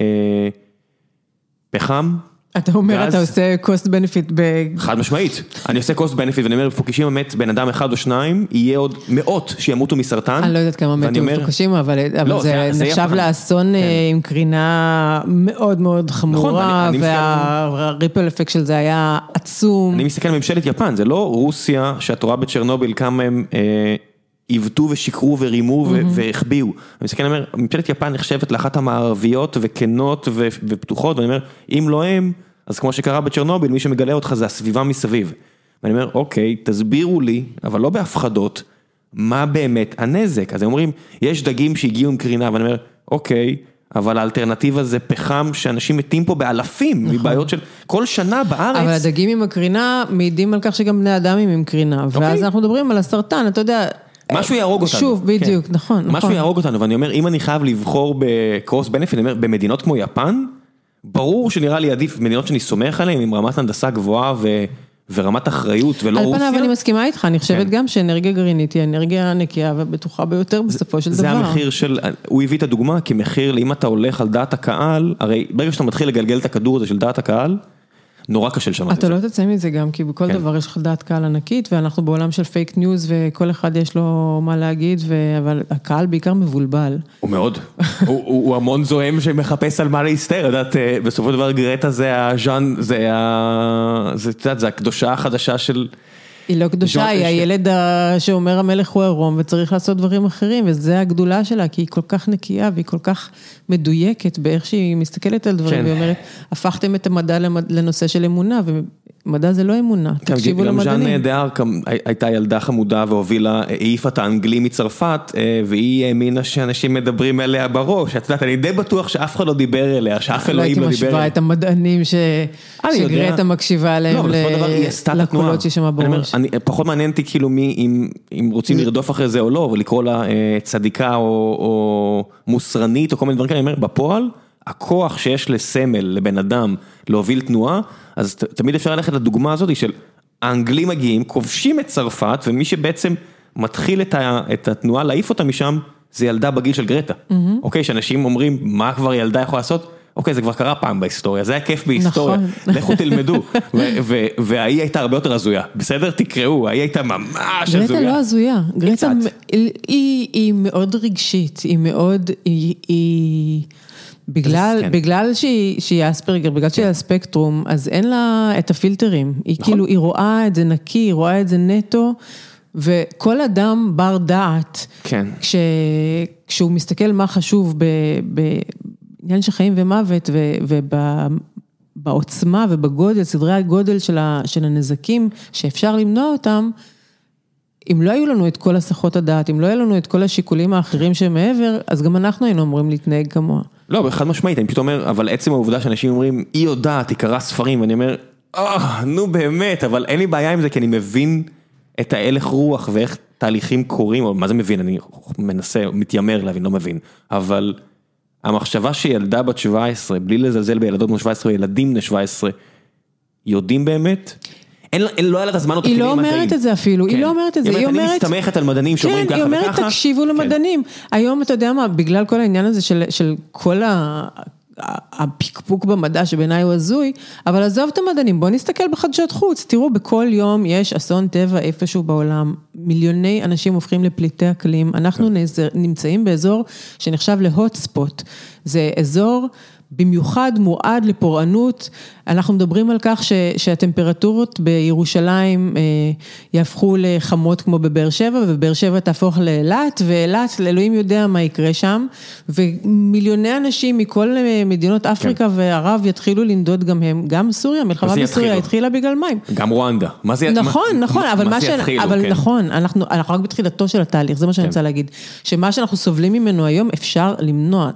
מפחם, אתה אומר, אתה עושה cost benefit חד משמעית. אני עושה cost benefit, ואני אומר, פוקושימה מת בן אדם אחד או שניים, יהיה עוד מאות שימותו מסרטן. אני לא יודעת כמה מתו פוקושימה, אבל זה נחשב לאסון עם קרינה מאוד מאוד חמורה, והריפל אפקט של זה היה עצום. אני מסתכל על ממשלת יפן, זה לא רוסיה, שאת רואה בצ'רנוביל, כמה הם עיוותו ושיקרו ורימו והחביאו. אני מסתכל, אני אומר, ממשלת יפן נחשבת לאחת המערביות וכנות ופתוחות, ואני אומר, אם לא הם, אז כמו שקרה בצ'רנוביל, מי שמגלה אותך זה הסביבה מסביב. ואני אומר, אוקיי, תסבירו לי, אבל לא בהפחדות, מה באמת הנזק. אז הם אומרים, יש דגים שהגיעו עם קרינה, ואני אומר, אוקיי, אבל האלטרנטיבה זה פחם שאנשים מתים פה באלפים, מבעיות של כל שנה בארץ. אבל הדגים עם הקרינה מעידים על כך שגם בני אדם עם קרינה, ואז אנחנו מדברים על הסרטן, אתה יודע, משהו יהרוג אותנו. שוב, בדיוק, נכון. משהו יהרוג אותנו, ואני אומר, אם אני חייב לבחור בקרוס בנפיט, אני אומר, במדינות כמו יפן, ברור שנראה לי עדיף, מדינות שאני סומך עליהן, עם רמת הנדסה גבוהה ורמת אחריות, ולא רוסיה. על פניו אני מסכימה איתך, אני חושבת גם שאנרגיה גרעינית היא אנרגיה נקייה ובטוחה ביותר בסופו של דבר. זה המחיר של, הוא הביא את הדוגמה, כי מחיר, אם אתה הולך על דעת הקהל, הרי ברגע שאתה מתחיל לגלגל את הכדור הזה של דעת הקהל, נורא קשה לשנות את זה. אתה לא תצא מזה גם, כי בכל דבר יש לך דעת קהל ענקית, ואנחנו בעולם של פייק ניוז, וכל אחד יש לו מה להגיד, אבל הקהל בעיקר מבולבל. הוא מאוד, הוא המון זוהם שמחפש על מה להסתר, יודעת, בסופו של דבר גרטה זה הז'אן, זה הקדושה החדשה של... היא לא קדושה, היא הילד שאומר המלך הוא עירום, וצריך לעשות דברים אחרים, וזה הגדולה שלה, כי היא כל כך נקייה, והיא כל כך מדויקת, באיך שהיא מסתכלת על דברים, והיא אומרת, הפכתם את המדע לנושא של אמונה, ומדע זה לא אמונה, תקשיבו למדענים. גם ז'אן דארק הייתה ילדה חמודה, והובילה, העיפה את האנגלים מצרפת, והיא האמינה שאנשים מדברים אליה בראש, את יודעת, אני די בטוח שאף אחד לא דיבר אליה, שאף אלוהים לא דיבר אליה. לא הייתי משווה את המדענים שגרטה מקשיבה עליהם לקולות ששמע בראש. פחות מעניין אותי כאילו אם רוצים לרדוף אחרי זה או לא, ולקרוא לה צדיקה או מוסרנית או כל מיני דברים כאלה, אני אומר, בפועל, הכוח שיש לסמל, לבן אדם, להוביל תנועה, אז תמיד אפשר ללכת לדוגמה הזאת של האנגלים מגיעים, כובשים את צרפת, ומי שבעצם מתחיל את התנועה, להעיף אותה משם, זה ילדה בגיל של גרטה. אוקיי, שאנשים אומרים, מה כבר ילדה יכול לעשות? אוקיי, זה כבר קרה פעם בהיסטוריה, זה היה כיף בהיסטוריה, לכו תלמדו, והיא הייתה הרבה יותר הזויה, בסדר? תקראו, היא הייתה ממש הזויה. גרטה לא הזויה, גרטה היא מאוד רגשית, היא מאוד, בגלל שהיא אספרגר, בגלל שהיא הספקטרום, אז אין לה את הפילטרים, היא כאילו, היא רואה את זה נקי, היא רואה את זה נטו, וכל אדם בר דעת, כשהוא מסתכל מה חשוב בעניין של חיים ומוות, ובעוצמה ובגודל, סדרי הגודל של הנזקים, שאפשר למנוע אותם, אם לא היו לנו את כל הסחות הדעת, אם לא היו לנו את כל השיקולים האחרים שמעבר, אז גם אנחנו היינו אמורים להתנהג כמוה. לא, באחד משמעית, אני פשוט אומר, אבל עצם העובדה שאנשים אומרים, היא יודעת, היא קרא ספרים, ואני אומר, נו באמת, אבל אין לי בעיה עם זה, כי אני מבין את ההלך רוח, ואיך תהליכים קורים, או מה זה מבין, אני מנסה, מתיימר להבין, לא מבין, אבל המחשבה שילדה בת 17, בלי לזלזל בילדות בנות 17, ילדים בני 17, יודעים באמת? לא היה לה את הזמן או היא לא אומרת את זה אפילו, היא לא אומרת את זה, היא אומרת, אני מסתמכת על מדענים שאומרים ככה וככה. היא אומרת, תקשיבו למדענים. היום אתה יודע מה, בגלל כל העניין הזה של כל הפיקפוק במדע שבעיניי הוא הזוי, אבל עזוב את המדענים, בואו נסתכל בחדשות חוץ, תראו, בכל יום יש אסון טבע איפשהו בעולם, מיליוני אנשים הופכים לפליטי אקלים, אנחנו נמצאים באזור שנחשב להוט ספוט, זה אזור במיוחד מועד לפורענות, אנחנו מדברים על כך שהטמפרטורות בירושלים יהפכו לחמות כמו בבאר שבע, ובבאר שבע תהפוך לאילת, ואילת, לאלוהים יודע מה יקרה שם, ומיליוני אנשים מכל מדינות אפריקה וערב יתחילו לנדוד גם הם, גם סוריה, מלחמה בסוריה התחילה בגלל מים. גם רואנדה. נכון, אבל נכון, אנחנו רק בתחילתו של התהליך, זה מה שאני רוצה להגיד, שמה שאנחנו סובלים ממנו היום אפשר למנוע,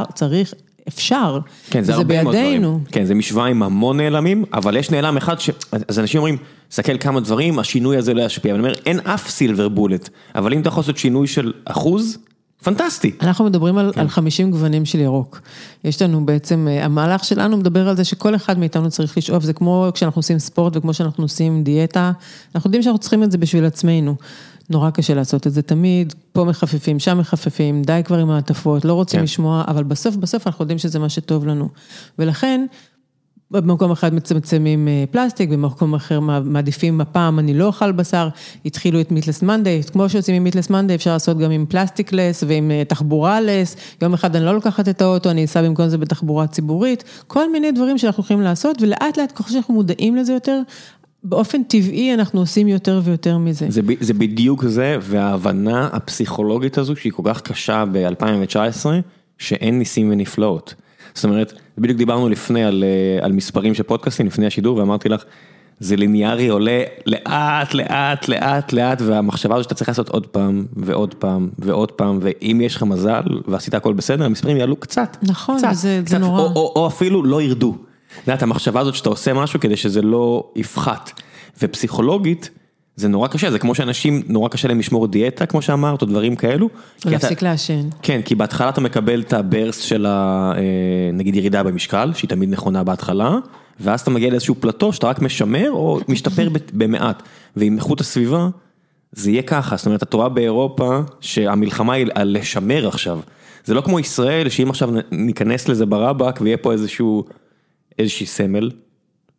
אפשר, וזה בידינו. כן, זה משוואה עם המון נעלמים, אבל יש נעלם אחד, אז אנשים אומרים, סתכל כמה דברים, השינוי הזה לא ישפיע, אני אומר, אין אף סילבר בולט, אבל אם אתה יכול לעשות שינוי של 1%, פנטסטי. אנחנו מדברים על 50 גוונים של ירוק. יש לנו בעצם, המהלך שלנו מדבר על זה שכל אחד מאיתנו צריך לשאוף, זה כמו כשאנחנו עושים ספורט וכמו שאנחנו עושים דיאטה, אנחנו יודעים שאנחנו צריכים את זה בשביל עצמנו. נורא קשה לעשות את זה תמיד, פה מחפפים, שם מחפפים, די כבר עם העטפות, לא רוצים לשמוע, אבל בסוף אנחנו יודעים שזה מה שטוב לנו. ולכן, במקום אחד מצמצמים פלסטיק, במקום אחר מעדיפים הפעם, אני לא אוכל בשר, התחילו את מיטלס מנדי, כמו שעושים עם מיטלס מנדי, אפשר לעשות גם עם פלסטיק לס ועם תחבורה לס, יום אחד אני לא לוקחת את האוטו, אני אסע במקום זה בתחבורה ציבורית, כל מיני דברים שאנחנו יכולים לעשות, ולאט לאט ככל שאנחנו מודעים לזה יותר, באופן טבעי אנחנו עושים יותר ויותר מזה. זה בדיוק זה, וההבנה הפסיכולוגית הזו, שהיא כל כך קשה ב-2019, שאין ניסים ונפלאות. זאת אומרת, בדיוק דיברנו לפני על מספרים של פודקאסטים, לפני השידור, ואמרתי לך, זה ליניארי עולה לאט, לאט, לאט, לאט, והמחשבה הזו שאתה צריך לעשות עוד פעם, ועוד פעם, ועוד פעם, ואם יש לך מזל, ועשית הכל בסדר, המספרים יעלו קצת. נכון, זה נורא. או אפילו לא ירדו. יודעת, המחשבה הזאת שאתה עושה משהו כדי שזה לא יפחת, ופסיכולוגית זה נורא קשה, זה כמו שאנשים נורא קשה להם לשמור דיאטה, כמו שאמרת, או דברים כאלו. להפסיק לעשן. כן, כי בהתחלה אתה מקבל את הברס של נגיד ירידה במשקל, שהיא תמיד נכונה בהתחלה, ואז אתה מגיע לאיזשהו פלטו שאתה רק משמר או משתפר במעט, ועם איכות הסביבה זה יהיה ככה, זאת אומרת, התורה באירופה שהמלחמה היא על לשמר עכשיו, זה לא כמו ישראל, שאם עכשיו ניכנס לזה ברבק ויהיה פה איזושהי סמל,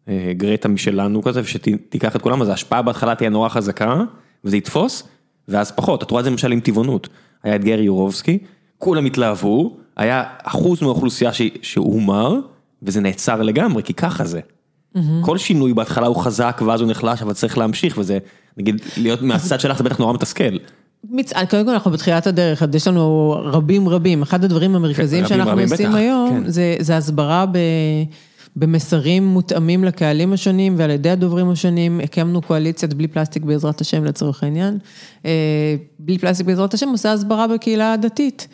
גרטה משלנו כזה, ושתיקח את כולם, אז ההשפעה בהתחלה תהיה נורא חזקה, וזה יתפוס, ואז פחות, את רואה את זה למשל עם טבעונות, היה את גרי יורובסקי, כולם התלהבו, היה אחוז מהאוכלוסייה שהוא מר, וזה נעצר לגמרי, כי ככה זה. כל שינוי בהתחלה הוא חזק, ואז הוא נחלש, אבל צריך להמשיך, וזה, נגיד, להיות מהצד שלך, זה בטח נורא מתסכל. קודם כל אנחנו בתחילת הדרך, יש לנו רבים, אחד הדברים המרכזיים שאנחנו עושים היום, זה הסברה במסרים מותאמים לקהלים השונים, ועל ידי הדוברים השונים, הקמנו קואליציית בלי פלסטיק בעזרת השם לצורך העניין, בלי פלסטיק בעזרת השם עושה הסברה בקהילה הדתית,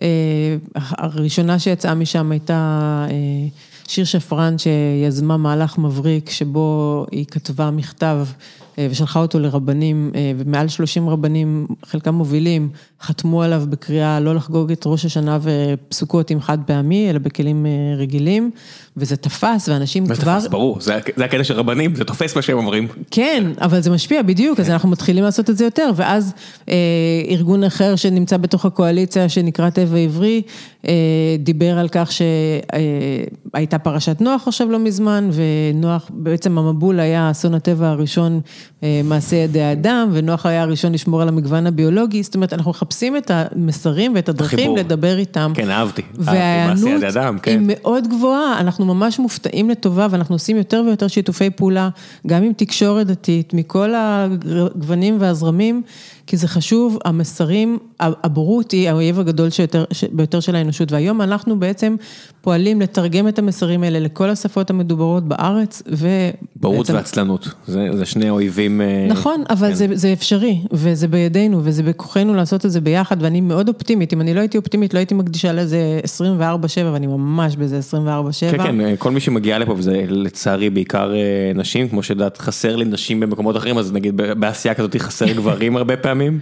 הראשונה שיצאה משם הייתה שיר שפרן שיזמה מהלך מבריק, שבו היא כתבה מכתב ושלחה אותו לרבנים, ומעל 30 רבנים, חלקם מובילים, חתמו עליו בקריאה לא לחגוג את ראש השנה ופסוקות עם חד פעמי, אלא בכלים רגילים, וזה תפס, ואנשים כבר... זה תפס, ברור, זה הקטע של רבנים, זה תופס מה שהם אומרים. כן, אבל זה משפיע בדיוק, אז אנחנו מתחילים לעשות את זה יותר, ואז ארגון אחר שנמצא בתוך הקואליציה, שנקרא טבע עברי, דיבר על כך שהייתה פרשת נוח עכשיו לא מזמן, ונוח, בעצם המבול היה אסון הטבע הראשון, מעשה ידי האדם, ונוח היה הראשון לשמור על המגוון הביולוגי, זאת אומרת, אנחנו מחפשים את המסרים ואת הדרכים לדבר איתם. כן, אהבתי, מעשה ידי האדם, כן. היא מאוד גבוהה, אנחנו ממש מופתעים לטובה, ואנחנו עושים יותר ויותר שיתופי פעולה, גם עם תקשורת דתית, מכל הגוונים והזרמים, כי זה חשוב, המסרים, הבורות היא האויב הגדול ביותר של האנושות, והיום אנחנו בעצם פועלים לתרגם את המסרים האלה לכל השפות המדוברות בארץ, בורות ועצלנות, זה שני אויבים. נכון, אבל זה אפשרי, וזה בידינו, וזה בכוחנו לעשות את זה ביחד, ואני מאוד אופטימית, אם אני לא הייתי אופטימית, לא הייתי מקדישה לזה 24/7, ואני ממש בזה 24/7. כן, כן, כל מי שמגיע לפה, וזה לצערי בעיקר נשים, כמו שדעת חסר לי נשים במקומות אחרים, אז נגיד בעשייה כזאת חסר גברים הרבה פעמים,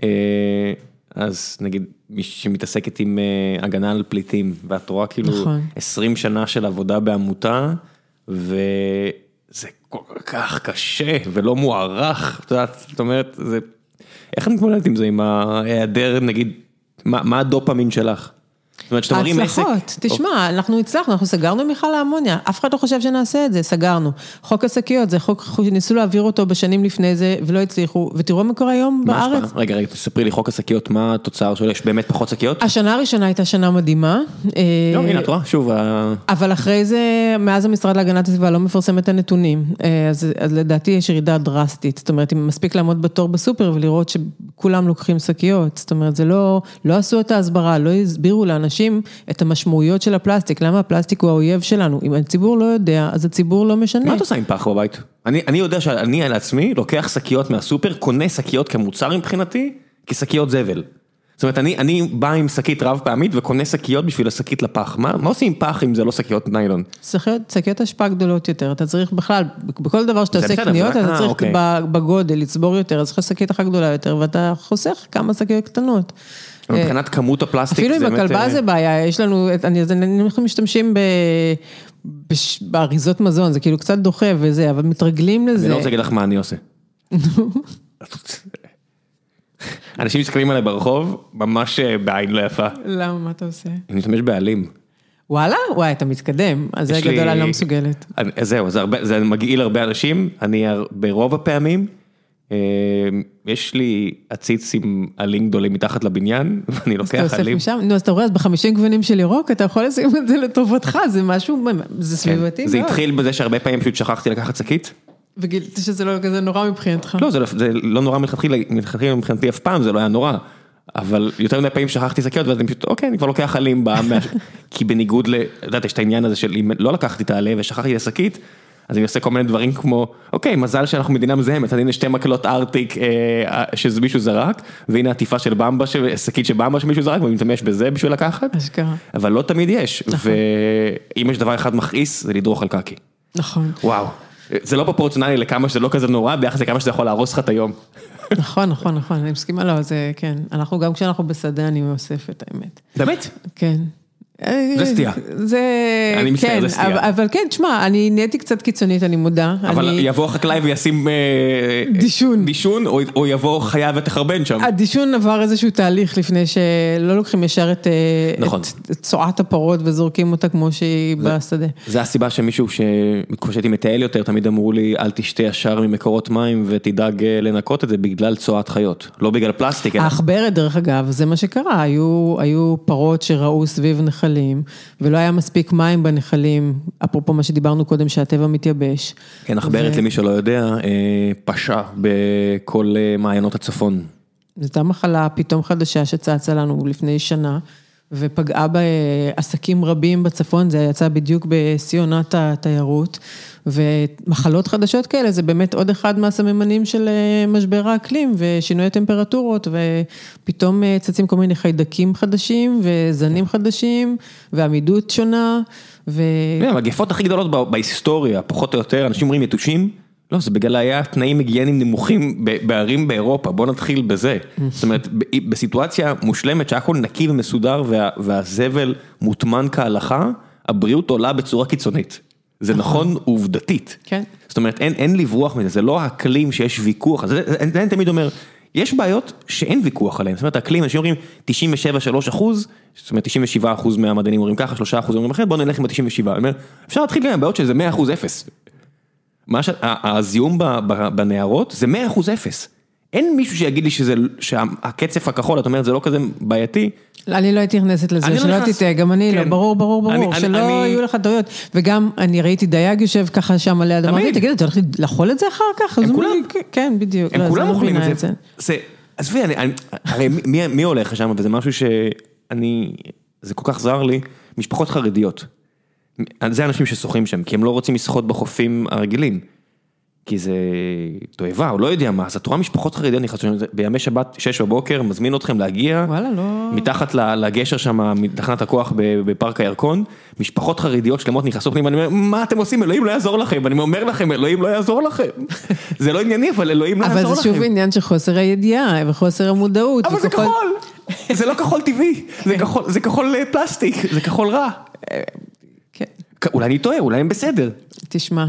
אז נגיד מי שמתעסקת עם הגנה על פליטים, ואת רואה כאילו 20 שנה של עבודה בעמותה, וזה כל כך קשה ולא מוערך, זאת אומרת, איך אני מתמודדת עם זה, עם ההיעדר, נגיד, מה הדופמין שלך? ההצלחות, תשמע, אנחנו הצלחנו, אנחנו סגרנו מיכל האמוניה, אף אחד לא חושב שנעשה את זה, סגרנו. חוק השקיות, זה חוק שניסו להעביר אותו בשנים לפני זה, ולא הצליחו, ותראו מה קורה היום בארץ. רגע, תספרי לי חוק השקיות, מה התוצר שלו, יש באמת פחות שקיות? השנה הראשונה הייתה שנה מדהימה. לא, הנה, את רואה, שוב. אבל אחרי זה, מאז המשרד להגנת הסביבה לא מפרסם את הנתונים, אז לדעתי יש ירידה דרסטית, זאת אומרת, אם מספיק לעמוד בתור בסופר ולראות שכולם לוקחים שקיות, זאת אומרת, זה לא עשו את ההסברה, לא הסבירו לאנשים את המשמעויות של הפלסטיק, למה הפלסטיק הוא האויב שלנו, אם הציבור לא יודע, אז הציבור לא משנה. מה אתה עושה עם פח בבית? אני יודע שאני על עצמי לוקח שקיות מהסופר, קונה שקיות כמוצר מבחינתי, כשקיות זבל. זאת אומרת, אני בא עם שקית רב פעמית, וקונה שקיות בשביל השקית לפח. מה עושים עם פח אם זה לא שקיות ניילון? שקיות השפעה גדולות יותר, אתה צריך בכלל, בכל דבר שאתה עושה קניות, אתה צריך בגודל לצבור יותר, אז יש שקית אחת גדולה יותר, ואתה חוסך כמה שקיות קטנות. מבחינת כמות הפלסטיק, אפילו עם הכלבה זה בעיה, יש לנו, אנחנו משתמשים באריזות מזון, זה כאילו קצת דוחה וזה, אבל מתרגלים לזה. אני לא רוצה להגיד לך מה אני עושה. אנשים מסתכלים עליי ברחוב, ממש בעין לא יפה. למה, מה אתה עושה? אני משתמש בעלים. וואלה? וואי, אתה מתקדם. אז זה גדול, אני לא מסוגלת. זהו, זה מגעיל הרבה אנשים, אני ברוב הפעמים, יש לי עציץ עם עלים גדולים מתחת לבניין, ואני לוקח עלים. נו, אז אתה רואה, אז ב50 גוונים של ירוק, אתה יכול לשים את זה לטובתך, זה משהו, זה סביבתי. זה התחיל בזה שהרבה פעמים פשוט שכחתי לקחת שקית. וגילתי שזה לא כזה נורא מבחינתך. לא, זה לא נורא מבחינתי אף פעם, זה לא היה נורא. אבל יותר מדי פעמים שכחתי שקיות, ואז אני פשוט, אוקיי, אני כבר לוקח עלים, כי בניגוד לדעת, יש את העניין הזה של אם לא לקחתי את העלה ושכחתי את השקית, אז אני עושה כל מיני דברים כמו, אוקיי, מזל שאנחנו מדינה מזהמת, אז הנה 2 מקלות ארטיק שמישהו זרק, והנה עטיפה של במבה, שקית של במבה שמישהו זרק, ואני מתמש בזה בשביל לקחת. אשכרה. אבל לא תמיד יש, ואם יש דבר אחד מכעיס, זה לדרוך על קקי. נכון. וואו, זה לא פרופורציונלי לכמה שזה לא כזה נורא, ביחס לכמה שזה יכול להרוס לך את היום. נכון, אני מסכימה לו, זה כן. אנחנו גם כשאנחנו בשדה, אני מאוספת, האמת. באמת? כן. זה סטייה. אני מצטער, זה סטייה. אבל כן, תשמע, אני נהייתי קצת קיצונית, אני מודה. אבל יבוא החקלאי וישים דישון, או יבוא חיה ותחרבן שם. הדישון עבר איזשהו תהליך לפני שלא לוקחים ישר את צועת הפרות וזורקים אותה כמו שהיא בשדה. זה הסיבה שמישהו שמתקושט עם מטייל יותר, תמיד אמרו לי, אל תשתה ישר ממקורות מים ותדאג לנקות את זה בגלל צועת חיות, לא בגלל פלסטיק. האחברת דרך אגב, זה מה שקרה, היו פרות שראו סביב נחלים, ולא היה מספיק מים בנחלים, אפרופו מה שדיברנו קודם שהטבע מתייבש. כן, אחברת למי שלא יודע, פשע בכל מעיינות הצפון. זו הייתה מחלה פתאום חדשה שצצה לנו לפני שנה, ופגעה בעסקים רבים בצפון, זה יצא בדיוק בסיונת התיירות, ומחלות חדשות כאלה, זה באמת עוד אחד מהסממנים של משבר האקלים, ושינוי הטמפרטורות, ופתאום צצים כל מיני חיידקים חדשים, וזנים חדשים, ועמידות שונה, המגפות הכי גדולות בהיסטוריה, פחות או יותר, אנשים אומרים יתושים, לא, זה בגלל היה תנאים היגייניים נמוכים בערים באירופה, בוא נתחיל בזה. זאת אומרת, בסיטואציה מושלמת שהכל נקי ומסודר והזבל מוטמן כהלכה, הבריאות עולה בצורה קיצונית. זה נכון עובדתית. כן. זאת אומרת, אין לברוח מזה, זה לא האקלים שיש ויכוח. אני תמיד אומר, יש בעיות שאין ויכוח עליהן. זאת אומרת, האקלים, אנשים אומרים 97-3%, זאת אומרת 97% מהמדענים אומרים ככה, 3% אומרים אחרת, בואו נלך עם ה-97. אני אומר, אפשר להתחיל גם בעיות שזה 100% אפס. הזיהום בנערות זה 100% אפס. אין מישהו שיגיד לי שהקצף הכחול, את אומרת, זה לא כזה בעייתי. אני לא הייתי נכנסת לזה, שלא תטעה, גם אני לא, ברור, שלא יהיו לך טעויות. וגם אני ראיתי דייג יושב ככה שם על יד, אמרתי, תגיד, אתה הולך לאכול את זה אחר כך? הם כולם. כן, בדיוק. הם כולם אוכלים את זה. עזבי, הרי מי הולך שם, וזה משהו שאני, זה כל כך זר לי, משפחות חרדיות. זה אנשים ששוחים שם, כי הם לא רוצים לשחות בחופים הרגילים. כי זה תועבה, הוא לא יודע מה, אז את רואה משפחות חרדיות נכנסות שם, בימי שבת 6 בבוקר, מזמין אתכם להגיע, מתחת לגשר שם, מתחנת הכוח בפארק הירקון, משפחות חרדיות שלמות נכנסות פנים, ואני אומר, מה אתם עושים? אלוהים לא יעזור לכם, ואני אומר לכם, אלוהים לא יעזור לכם. זה לא ענייני, אבל אלוהים לא יעזור לכם. אבל זה שוב עניין של חוסר הידיעה, וחוסר המודעות. אבל זה כחול, זה לא כחול טבעי, זה כחול פלסטיק, זה כחול רע. אולי אני טועה, אולי הם בסדר. תשמע,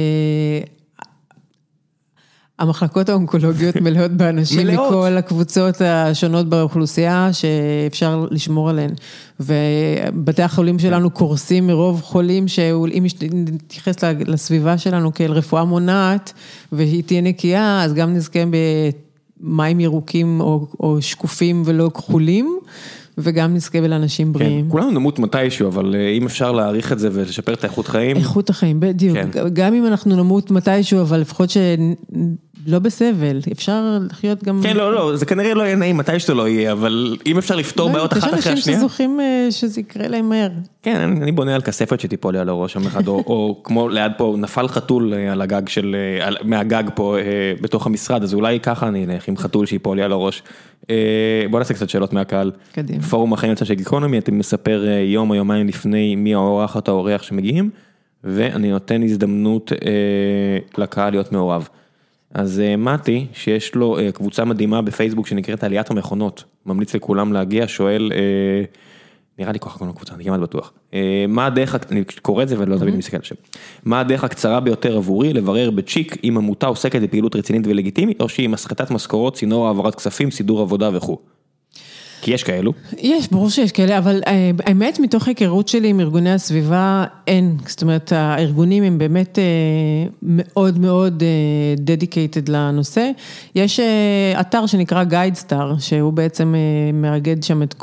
המחלקות האונקולוגיות מלאות באנשים מכל הקבוצות השונות באוכלוסייה שאפשר לשמור עליהן. ובתי החולים שלנו קורסים מרוב חולים שאם נתייחס לסביבה שלנו כאל רפואה מונעת והיא תהיה נקייה, אז גם נזכה במים ירוקים או שקופים ולא כחולים. וגם נזכה לאנשים בריאים. כולנו נמות מתישהו, אבל אם אפשר להעריך את זה ולשפר את איכות חיים. איכות החיים, בדיוק. גם אם אנחנו נמות מתישהו, אבל לפחות שלא בסבל, אפשר לחיות גם... כן, לא, זה כנראה לא יהיה נעים מתי שזה לא יהיה, אבל אם אפשר לפתור בעיות אחת אחרי השנייה... יש אנשים שזוכים שזה יקרה להם מהר. כן, אני בונה על כספת שתיפול לי על הראש שם אחד, או כמו ליד פה, נפל חתול על הגג מהגג פה בתוך המשרד, אז אולי ככה אני אלך עם חתול שיפול לי על הראש. בוא נעשה קצת שאלות מהקהל. קדימה. פורום החיים יצא של גיקונומי, אתם מספר יום או יומיים לפני מי האורח או האורח שמגיעים, ואני נותן הזדמנות לקהל להיות מעורב. אז מתי, שיש לו קבוצה מדהימה בפייסבוק שנקראת עליית המכונות, ממליץ לכולם להגיע, שואל, נראה לי ככה כל הקבוצה, אני כמעט בטוח, מה הדרך, אני קורא את זה ולא תמיד מסתכל על שם, מה הדרך הקצרה ביותר עבורי לברר בצ'יק אם עמותה עוסקת בפעילות רצינית ולגיטימית, או שהיא מסחטת משכורות, צינור העברת כספים, סידור עבודה וכו'. כי יש כאלו. יש, ברור שיש כאלה, אבל האמת מתוך היכרות שלי עם ארגוני הסביבה אין, זאת אומרת הארגונים הם באמת מאוד מאוד dedicated לנושא, יש אתר שנקרא GuideStar, שהוא בעצם מאגד שם את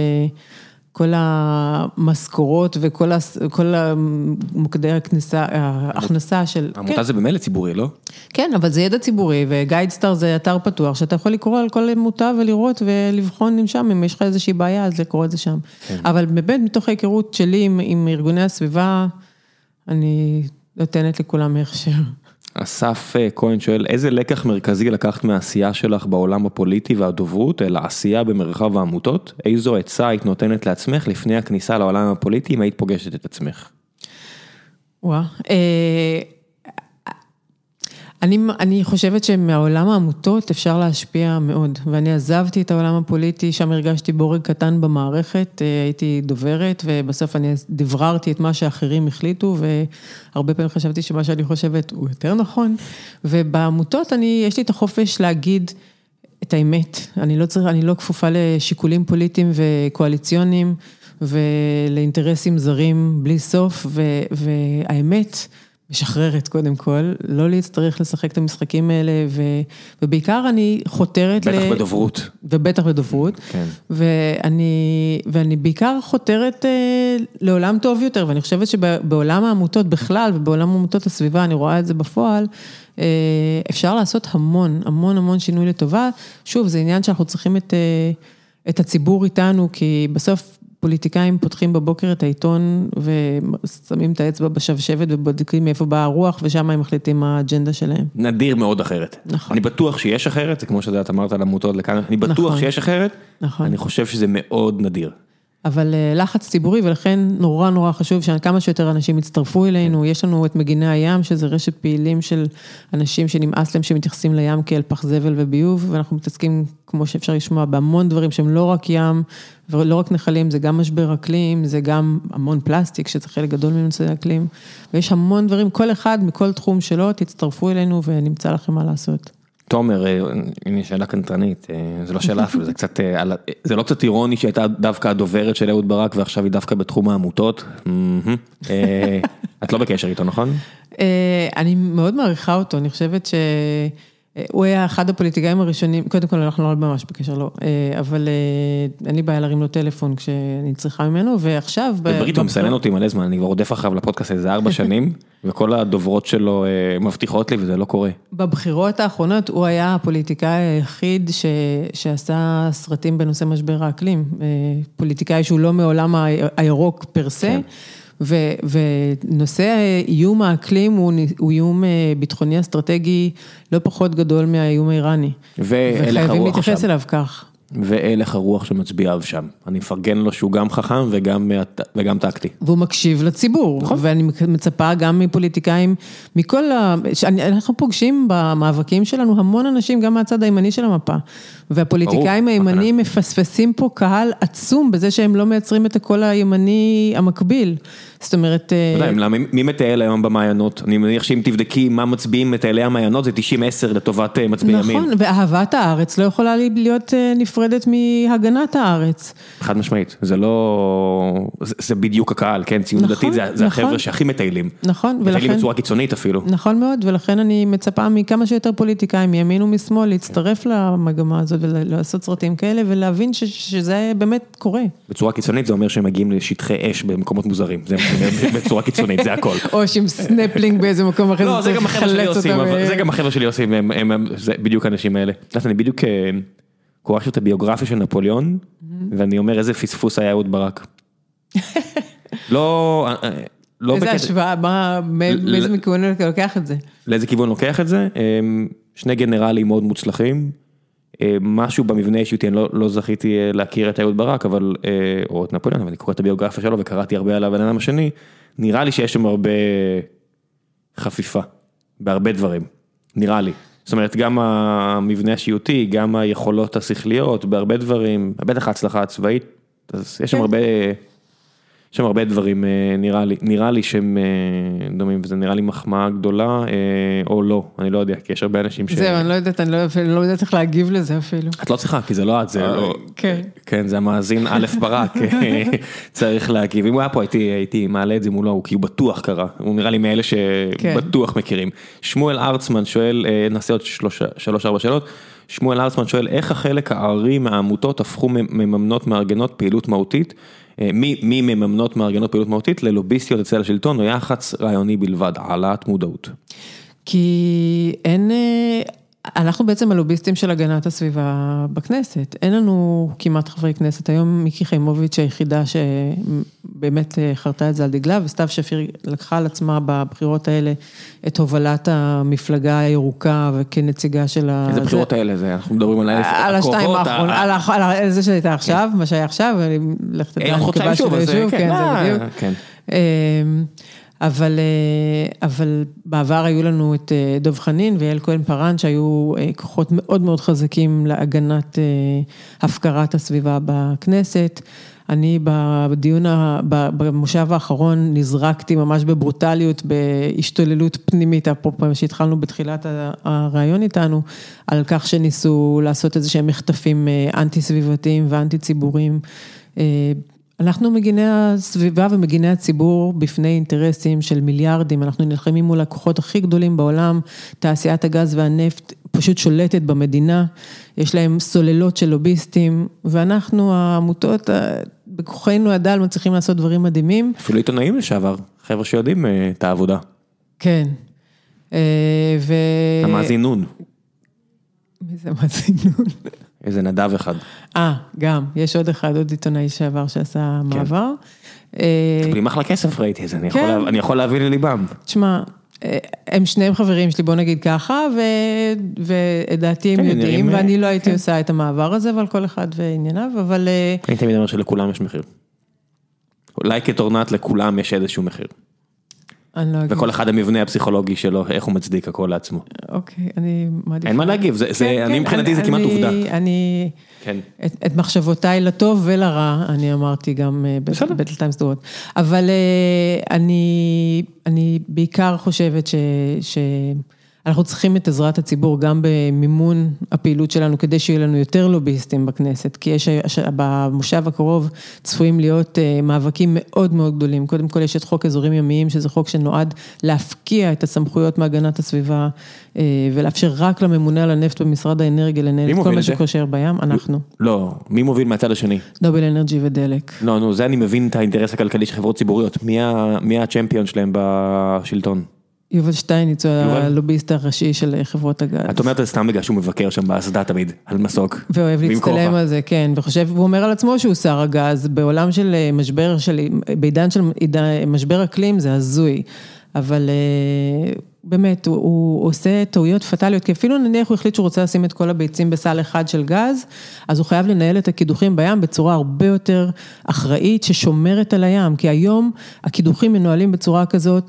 כל המשכורות וכל המוקדי ההכנסה של... העמותה זה במילא ציבורי, לא? כן, אבל זה ידע ציבורי, וגיידסטאר זה אתר פתוח, שאתה יכול לקרוא על כל עמותה ולראות ולבחון שם, אם יש לך איזושהי בעיה, אז לקרוא את זה שם. אבל באמת, מתוך ההיכרות שלי עם ארגוני הסביבה, אני נותנת לכולם הכשר. אסף כהן שואל, איזה לקח מרכזי לקחת מהעשייה שלך בעולם הפוליטי והדוברות, אלא עשייה במרחב העמותות? איזו עצה היית נותנת לעצמך לפני הכניסה לעולם הפוליטי, אם היית פוגשת את עצמך? וואה, אני חושבת שמהעולם העמותות אפשר להשפיע מאוד, ואני עזבתי את העולם הפוליטי, שם הרגשתי בורג קטן במערכת, הייתי דוברת, ובסוף אני דבררתי את מה שאחרים החליטו, והרבה פעמים חשבתי שמה שאני חושבת הוא יותר נכון, ובעמותות יש לי את החופש להגיד את האמת, אני לא כפופה לשיקולים פוליטיים וקואליציוניים, ולאינטרסים זרים בלי סוף, והאמת משחררת קודם כל, לא להצטרך לשחק את המשחקים האלה, ובעיקר אני חותרת בטח בדוברות. ובטח בדוברות, כן. ואני בעיקר חותרת לעולם טוב יותר, ואני חושבת שבעולם העמותות בכלל, ובעולם עמותות הסביבה, אני רואה את זה בפועל, אפשר לעשות המון שינוי לטובה. שוב, זה עניין שאנחנו צריכים את הציבור איתנו, כי בסוף פוליטיקאים פותחים בבוקר את העיתון ושמים את האצבע בשבשבת ובודקים מאיפה באה הרוח, ושם הם מחליטים מה האג'נדה שלהם. נדיר מאוד אחרת. נכון. אני בטוח שיש אחרת, זה כמו שאת אמרת על עמותות לכאן, אני בטוח שיש אחרת, אני חושב שזה מאוד נדיר. אבל לחץ ציבורי, ולכן נורא חשוב שכמה שיותר אנשים יצטרפו אלינו, יש לנו את מגיני הים, שזה רשת פעילים של אנשים שנמאס להם שמתייחסים לים כאל פח זבל וביוב, ואנחנו מתעסקים, כמו שאפשר לשמוע, בהמון דברים שהם לא רק ים, ולא רק נחלים, זה גם משבר אקלים, זה גם המון פלסטיק, שזה חלק גדול מנושא אקלים, ויש המון דברים, כל אחד מכל תחום שלו, תצטרפו אלינו ונמצא לכם מה לעשות. תומר, הנה שאלה קנטרנית, זה לא שאלה אפילו, זה לא קצת אירוני שהייתה דווקא הדוברת של אהוד ברק, ועכשיו היא דווקא בתחום העמותות. את לא בקשר איתו, נכון? אני מאוד מעריכה אותו, אני חושבת שהוא היה אחד הפוליטיקאים הראשונים, קודם כל אנחנו לא ממש בקשר לו, אבל אין לי בעיה להרים לו טלפון כשאני צריכה ממנו, ועכשיו... בברית הוא מסנן אותי מלא זמן, אני כבר רודף אחריו לפודקאסט איזה 4 שנים, וכל הדוברות שלו מבטיחות לי וזה לא קורה. בבחירות האחרונות הוא היה הפוליטיקאי היחיד שעשה סרטים בנושא משבר האקלים, פוליטיקאי שהוא לא מעולם הירוק פרסה, ונושא איום האקלים הוא איום ביטחוני אסטרטגי לא פחות גדול מהאיום האיראני. וחייבים להתייחס אליו כך. והלך הרוח שמצביעיו שם. אני מפרגן לו שהוא גם חכם וגם טקטי. והוא מקשיב לציבור. ואני מצפה גם מפוליטיקאים, אנחנו פוגשים במאבקים שלנו המון אנשים, גם מהצד הימני של המפה. והפוליטיקאים הימנים מפספסים פה קהל עצום, בזה שהם לא מייצרים את הקול הימני המקביל. זאת אומרת... מי מטייל היום במעיינות? אני מניח שאם תבדקי מה מצביעים מטיילי המעיינות, זה 90-10 לטובת מצביעי ימין. נכון, ואהבת הארץ לא יכולה להיות נפרדת מהגנת הארץ. חד משמעית, זה לא... זה בדיוק הקהל, כן? ציונות דתית זה החבר'ה שהכי מטיילים. נכון, מטיילים בצורה קיצונית אפילו. נכון מאוד, ולכן אני מצפה מכמה שיותר פוליטיקאים, מימין ומשמאל, להצטרף למגמה הזאת ולעשות סרטים כאלה, ולהבין שזה באמת קורה. בצורה קיצונית זה אומר שהם מגיעים לשטחי אש במקומות מוזרים. זה בצורה קיצונית, זה הכל. או שהם סנפלינג באיזה מקום אחר. לא, זה גם החבר'ה שלי עושים, זה בדיוק האנשים האלה. אני בדיוק קורא את הביוגרפיה של נפוליאון, ואני אומר איזה פספוס היה אהוד ברק. לא... איזה השוואה, מאיזה מכיוון אתה לוקח את זה? לאיזה כיוון לוקח את זה? 2 גנרלים מאוד מוצלחים, משהו במבנה אישיותי, אני לא זכיתי להכיר את אהוד ברק, או את נפוליאון, אבל אני קורא את הביוגרפיה שלו, וקראתי הרבה על הבן אדם השני, נראה לי שיש שם הרבה חפיפה, בהרבה דברים, נראה לי. זאת אומרת, גם המבנה האישיותי, גם היכולות השכליות, בהרבה דברים, בטח ההצלחה הצבאית, אז יש שם הרבה דברים, נראה לי שהם דומים, וזה נראה לי מחמאה גדולה, או לא, אני לא יודע, כי יש הרבה אנשים זהו, אני לא יודעת איך להגיב לזה אפילו. את לא צריכה, כי זה לא את, זה לא... כן, זה המאזין א' ברק, צריך להגיב. אם הוא היה פה, הייתי מעלה את זה מולו, כי הוא בטוח קרה, הוא נראה לי מאלה שבטוח מכירים. שמואל ארצמן שואל, נעשה עוד 3-4 שאלות, שמואל ארצמן שואל, איך החלק הארי מהעמותות הפכו מממנות מארגנות פעילות מהותית, מי מממנות מארגנות פעילות מהותית ללוביסטיות אצל השלטון, או יח"צ רעיוני בלבד, העלאת מודעות? כי אנחנו בעצם הלוביסטים של הגנת הסביבה בכנסת, אין לנו כמעט חברי כנסת, היום מיקי חיימוביץ' היחידה שבאמת חרתה את זה על דגלה, וסתיו שפיר לקחה על עצמה בבחירות האלה את הובלת המפלגה הירוקה וכנציגה של איזה בחירות האלה זה? אנחנו מדברים על על השתיים האחרון, על זה שהייתה עכשיו, מה שהיה עכשיו, עוד חודשיים שוב, כן, זה בדיוק. אבל בעבר היו לנו את דוב חנין ויעל כהן פרן, שהיו כוחות מאוד מאוד חזקים להגנת הפקרת הסביבה בכנסת. אני במושב האחרון נזרקתי ממש בברוטליות, בהשתוללות פנימית, אפרופו שהתחלנו בתחילת הרעיון איתנו, על כך שניסו לעשות איזה שהם מחטפים אנטי סביבתיים ואנטי ציבוריים. אנחנו מגיני הסביבה ומגיני הציבור בפני אינטרסים של מיליארדים, אנחנו נלחמים מול הכוחות הכי גדולים בעולם, תעשיית הגז והנפט פשוט שולטת במדינה, יש להם סוללות של לוביסטים, ואנחנו העמותות, בכוחנו הדל, מצליחים לעשות דברים מדהימים. אפילו עיתונאים לשעבר, חבר'ה שיודעים את העבודה. כן. המאזינון. מי זה המאזינון? איזה נדב אחד. גם, יש עוד אחד, עוד עיתונאי שעבר שעשה מעבר. תקבלים אחלה כסף ראיתי את זה, אני יכול להביא לליבם. תשמע, הם שניהם חברים שלי, בוא נגיד ככה, ודעתי הם יודעים, ואני לא הייתי עושה את המעבר הזה, אבל כל אחד וענייניו, אבל... אני תמיד אומר שלכולם יש מחיר. אולי כתורנת לכולם יש איזשהו מחיר. וכל אחד המבנה הפסיכולוגי שלו, איך הוא מצדיק הכל לעצמו. אוקיי, אני מעדיפה. אין מה להגיב, אני מבחינתי זה כמעט עובדה. את מחשבותיי לטוב ולרע, אני אמרתי גם בדלתיים סדורות. אבל אני בעיקר חושבת אנחנו צריכים את עזרת הציבור גם במימון הפעילות שלנו, כדי שיהיו לנו יותר לוביסטים בכנסת, כי במושב הקרוב צפויים להיות מאבקים מאוד מאוד גדולים. קודם כל יש את חוק אזורים ימיים, שזה חוק שנועד להפקיע את הסמכויות מהגנת הסביבה, ולאפשר רק לממונה על הנפט במשרד האנרגיה, לנהל את כל מה שקושר בים, אנחנו. לא, מי מוביל מהצד השני? נובל אנרג'י ודלק. לא, זה אני מבין את האינטרס הכלכלי של חברות ציבוריות. מי הצ'מפיון שלהם בשלטון? יובל שטייניץ, הוא הלוביסט הראשי של חברות הגז. את אומרת את זה סתם בגלל שהוא מבקר שם באסדה תמיד, על מסוק. ואוהב להצטלם על זה, כן, והוא אומר על עצמו שהוא שר הגז, בעולם של משבר, בעידן של משבר אקלים זה הזוי, אבל באמת, הוא עושה טעויות פטליות, כי אפילו נניח הוא החליט שהוא רוצה לשים את כל הביצים בסל אחד של גז, אז הוא חייב לנהל את הקידוחים בים בצורה הרבה יותר אחראית, ששומרת על הים, כי היום הקידוחים מנוהלים בצורה כזאת,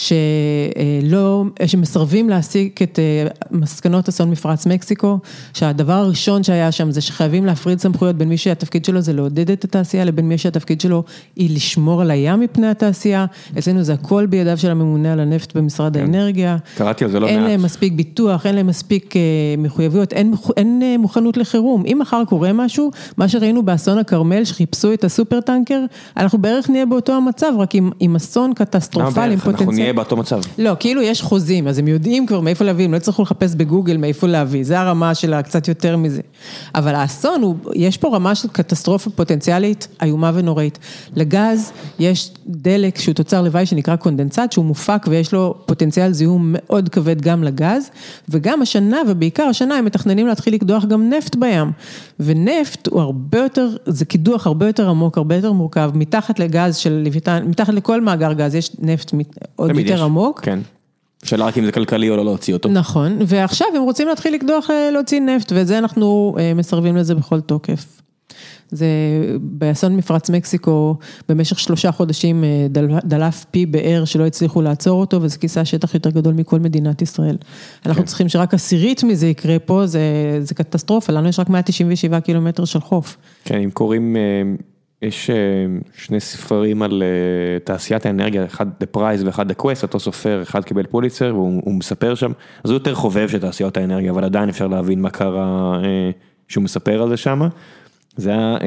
שמסרבים להשיג את מסקנות אסון מפרץ מקסיקו, שהדבר הראשון שהיה שם זה שחייבים להפריד סמכויות בין מי שהתפקיד שלו זה לעודד את התעשייה, לבין מי שהתפקיד שלו היא לשמור על הים מפני התעשייה, אצלנו זה הכל בידיו של הממונה על הנפט במשרד האנרגיה, קראתי על זה לא מעט. אין להם מספיק ביטוח, אין להם מספיק מחויבויות, אין מוכנות לחירום. אם מחר קורה משהו, מה שראינו באסון הכרמל, שחיפשו את הסופר טנקר, אנחנו בערך נהיה באותו המצב, רק עם אסון קטסטרופלי, עם פוטנציאל. אנחנו נהיה באותו מצב. לא, כאילו יש חוזים, אז הם יודעים כבר מאיפה להביא, הם לא צריכו לחפש בגוגל מאיפה להביא, זה הרמה שלה קצת יותר מזה. אבל האסון, יש פה רמה של קטסטרופה פוטנציאלית, איומה ונוראית. לגז יש דלק שהוא תוצר לוואי שנקרא קונדנסט, שהוא מופק ויש לו פוטנציאל זיהום מאוד כבד גם לגז, וגם השנה, ובעיקר השנה, הם מתכננים להתחיל לקדוח גם נפט בים, ונפט הוא הרבה יותר, זה קידוח הרבה יותר עמוק, הרבה יותר מורכב, מתחת לגז של לוויתן, מתחת לכל מאגר גז, יש נפט עוד יותר עמוק. כן. שאלה רק אם זה כלכלי או לא להוציא אותו. נכון, ועכשיו הם רוצים להתחיל לקדוח להוציא נפט, וזה אנחנו מסרבים לזה בכל תוקף. זה באסון מפרץ מקסיקו, במשך 3 חודשים דלף פי באר שלא הצליחו לעצור אותו, וזה כיסה שטח יותר גדול מכל מדינת ישראל. אנחנו צריכים שרק 10% מזה יקרה פה, זה קטסטרופה, לנו יש רק 197 קילומטר של חוף. כן, אם קוראים, יש 2 ספרים על תעשיית האנרגיה, אחד The Price ואחד The Quest, אותו סופר, אחד קיבל פוליצר, והוא מספר שם, אז הוא יותר חובב של תעשיות האנרגיה, אבל עדיין אפשר להבין מה קרה שהוא מספר על זה שם. זה היה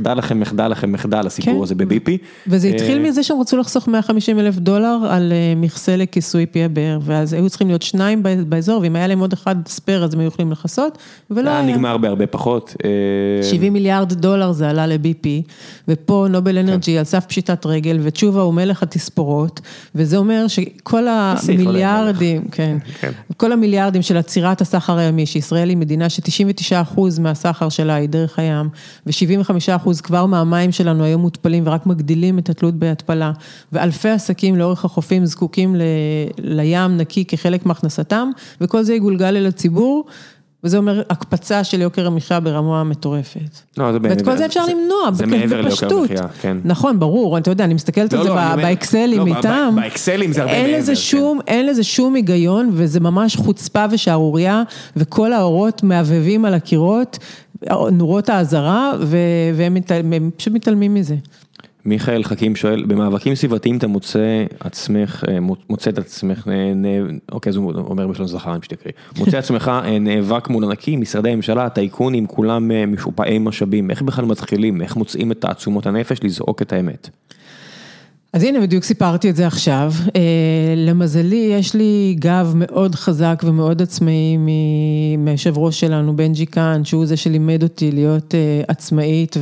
מחדל הסיפור הזה בביפי. וזה התחיל מזה שהם רצו לחסוך $150,000 על מכסה לכיסוי פי הבאר, ואז היו צריכים להיות 2 באזור, ואם היה להם עוד 1 ספר, אז הם היו יכולים לחסות, ולא היה. נגמר בהרבה פחות. $70 מיליארד זה עלה לביפי, ופה נובל אנרג'י על סף פשיטת רגל, ותשובה הוא מלך התספורות, וזה אומר שכל המיליארדים, כן, כל המיליארדים של עצירת הסחר הימי, שישראל היא מדינה ש99% מהסחר שלה היא דרך הים, ו75% כבר מהמים שלנו היום מוטפלים ורק מגדילים את התלות בהתפלה, ואלפי עסקים לאורך החופים זקוקים לים נקי כחלק מהכנסתם, וכל זה יגולגל אל הציבור, וזה אומר הקפצה של יוקר המחיה ברמה מטורפת. ואת כל זה אפשר למנוע, זה מעבר ליוקר המחיה, כן. נכון, ברור, אתה יודע, אני מסתכלת על זה באקסלים איתם. באקסלים זה הרבה מעבר. אין לזה שום היגיון, וזה ממש חוצפה ושערוריה, וכל האורות מעבבים על הקירות, נורות האזהרה, והם פשוט מתעלמים מזה. מיכאל חכים שואל, במאבקים סביבתיים אתה מוצא את עצמך, אוקיי, אז הוא אומר בשלון זכר, אני שתקריא, מוצא עצמך נאבק מול ענקים, משרדי ממשלה, טייקונים, כולם משופעי משאבים, איך בכלל מתחילים, איך מוצאים את תעצומות הנפש לזעוק את האמת? אז הנה, בדיוק סיפרתי את זה עכשיו, למזלי יש לי גב מאוד חזק ומאוד עצמאי מהיושב ראש שלנו, בנג'י קאן, שהוא זה שלימד אותי להיות עצמאית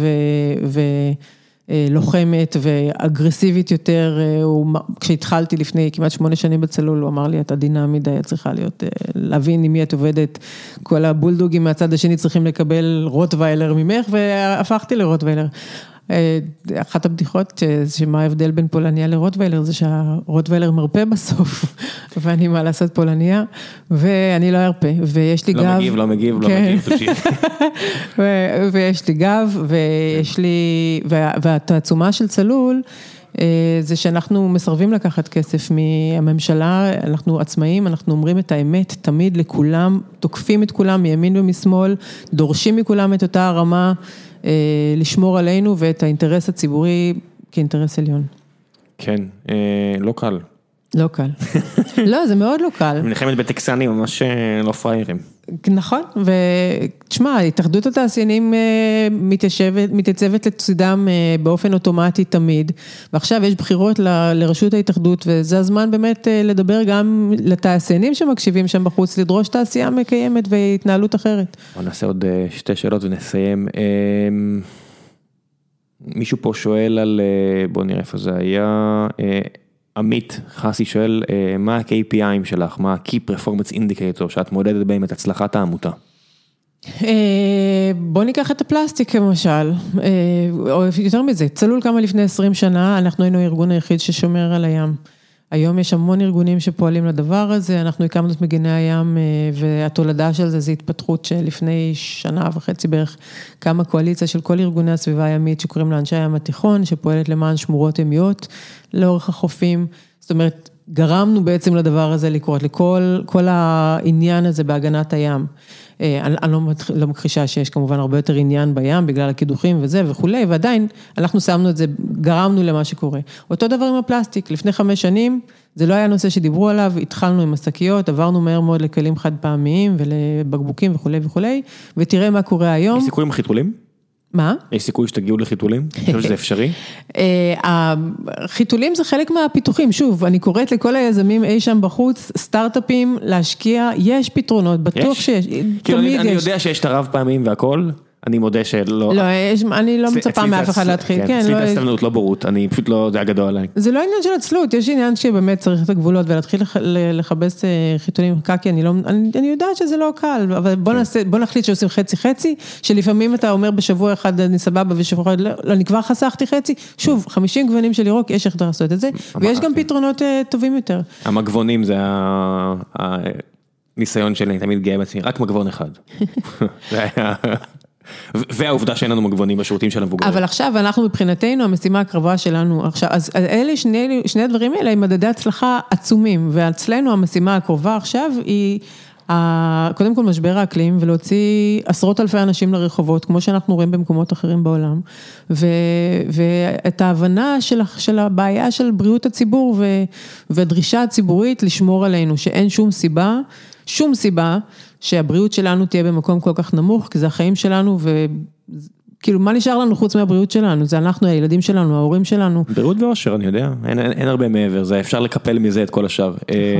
לוחמת ואגרסיבית יותר, כשהתחלתי לפני כמעט 8 שנים בצלול, הוא אמר לי, את עדינה מדי, את צריכה להיות, להבין עם מי את עובדת, כל הבולדוגים מהצד השני צריכים לקבל רוטוויילר ממך, והפכתי לרוטוויילר. אחת הבדיחות, שמה ההבדל בין פולניה לרוטוויילר, זה שהרוטוויילר מרפא בסוף, ואני מה לעשות פולניה, ואני לא ארפה, ויש לי גב. לא מגיב, תמשיך. ויש לי גב, והתעצומה של צלול, זה שאנחנו מסרבים לקחת כסף מהממשלה, אנחנו עצמאים, אנחנו אומרים את האמת תמיד לכולם, תוקפים את כולם מימין ומשמאל, דורשים מכולם את אותה הרמה, לשמור עלינו ואת האינטרס הציבורי כאינטרס עליון. כן, לא קל. לא קל. לא, זה מאוד לא קל. מלחמת בטקסני ממש לא פריירים. נכון, ותשמע, התאחדות התעשיינים מתייצבת לצדם באופן אוטומטי תמיד, ועכשיו יש בחירות לרשות ההתאחדות, וזה הזמן באמת לדבר גם לתעשיינים שמקשיבים שם בחוץ, לדרוש תעשייה מקיימת והתנהלות אחרת. בוא נעשה עוד 2 שאלות ונסיים. מישהו פה שואל על, בוא נראה איפה זה היה, עמית חסי שואל, מה ה-KPI'ים שלך, מה ה-Key Performance Indicator שאת מודדת בהם את הצלחת העמותה? בוא ניקח את הפלסטיק כמשל, או יותר מזה, צלול כמה לפני 20 שנה, אנחנו היינו הארגון היחיד ששומר על הים. היום יש המון ארגונים שפועלים לדבר הזה, אנחנו הקמנו את מגיני הים, והתולדה של זה, זה התפתחות שלפני 1.5 שנה בערך, קמה קואליציה של כל ארגוני הסביבה הימית, שקוראים לאנשי הים התיכון, שפועלת למען שמורות ימיות, לאורך החופים, זאת אומרת, גרמנו בעצם לדבר הזה לקרות, לכל העניין הזה בהגנת הים. אני לא מכחישה שיש כמובן הרבה יותר עניין בים, בגלל הקידוחים וזה וכולי, ועדיין אנחנו שמנו את זה, גרמנו למה שקורה. אותו דבר עם הפלסטיק, לפני 5 שנים, זה לא היה נושא שדיברו עליו, התחלנו עם השקיות, עברנו מהר מאוד לכלים חד פעמיים ולבקבוקים וכולי וכולי, ותראה מה קורה היום. יש סיכוי עם חיתולים? מה? יש סיכוי שתגיעו לחיתולים? אני חושב שזה אפשרי? החיתולים זה חלק מהפיתוחים, שוב, אני קוראת לכל היזמים אי שם בחוץ, סטארט-אפים, להשקיע, יש פתרונות, בטוח שיש, תמיד יש. אני יודע שיש את הרב פעמים והכל, אני מודה שלא. לא, אני לא מצפה מאף אחד להתחיל. כן, אצלי את הסתמנות, לא בורות, אני פשוט לא, זה הגדול עליי. זה לא עניין של עצלות, יש עניין שבאמת צריך את הגבולות, ולהתחיל לחבש חיתולים קקי, אני יודעת שזה לא קל, אבל בוא נחליט שעושים חצי, שלפעמים אתה אומר בשבוע אחד אני סבבה, ושבוע אחד לא, אני כבר חסכתי חצי, שוב, 50 גוונים של ירוק, יש איך לעשות את זה, ויש גם פתרונות טובים יותר. המגוונים זה הניסיון שלי, תמיד גאה בעצמי, רק מגוון אחד. זה היה... והעובדה שאין לנו מגוונים בשירותים של המבוגרים. אבל עכשיו אנחנו מבחינתנו, המשימה הקרבה שלנו, עכשיו, אז אלה שני הדברים האלה, הם מדדי הצלחה עצומים, ואצלנו המשימה הקרובה עכשיו היא, קודם כל משבר האקלים, ולהוציא 10,000 אנשים לרחובות, כמו שאנחנו רואים במקומות אחרים בעולם, ואת ההבנה של הבעיה של בריאות הציבור, והדרישה הציבורית לשמור עלינו, שאין שום סיבה, שהבריאות שלנו תהיה במקום כל כך נמוך, כי זה החיים שלנו, וכאילו מה נשאר לנו חוץ מהבריאות שלנו? זה אנחנו, הילדים שלנו, ההורים שלנו. בריאות ואושר, אני יודע, אין הרבה מעבר, זה אפשר לקפל מזה את כל השאר.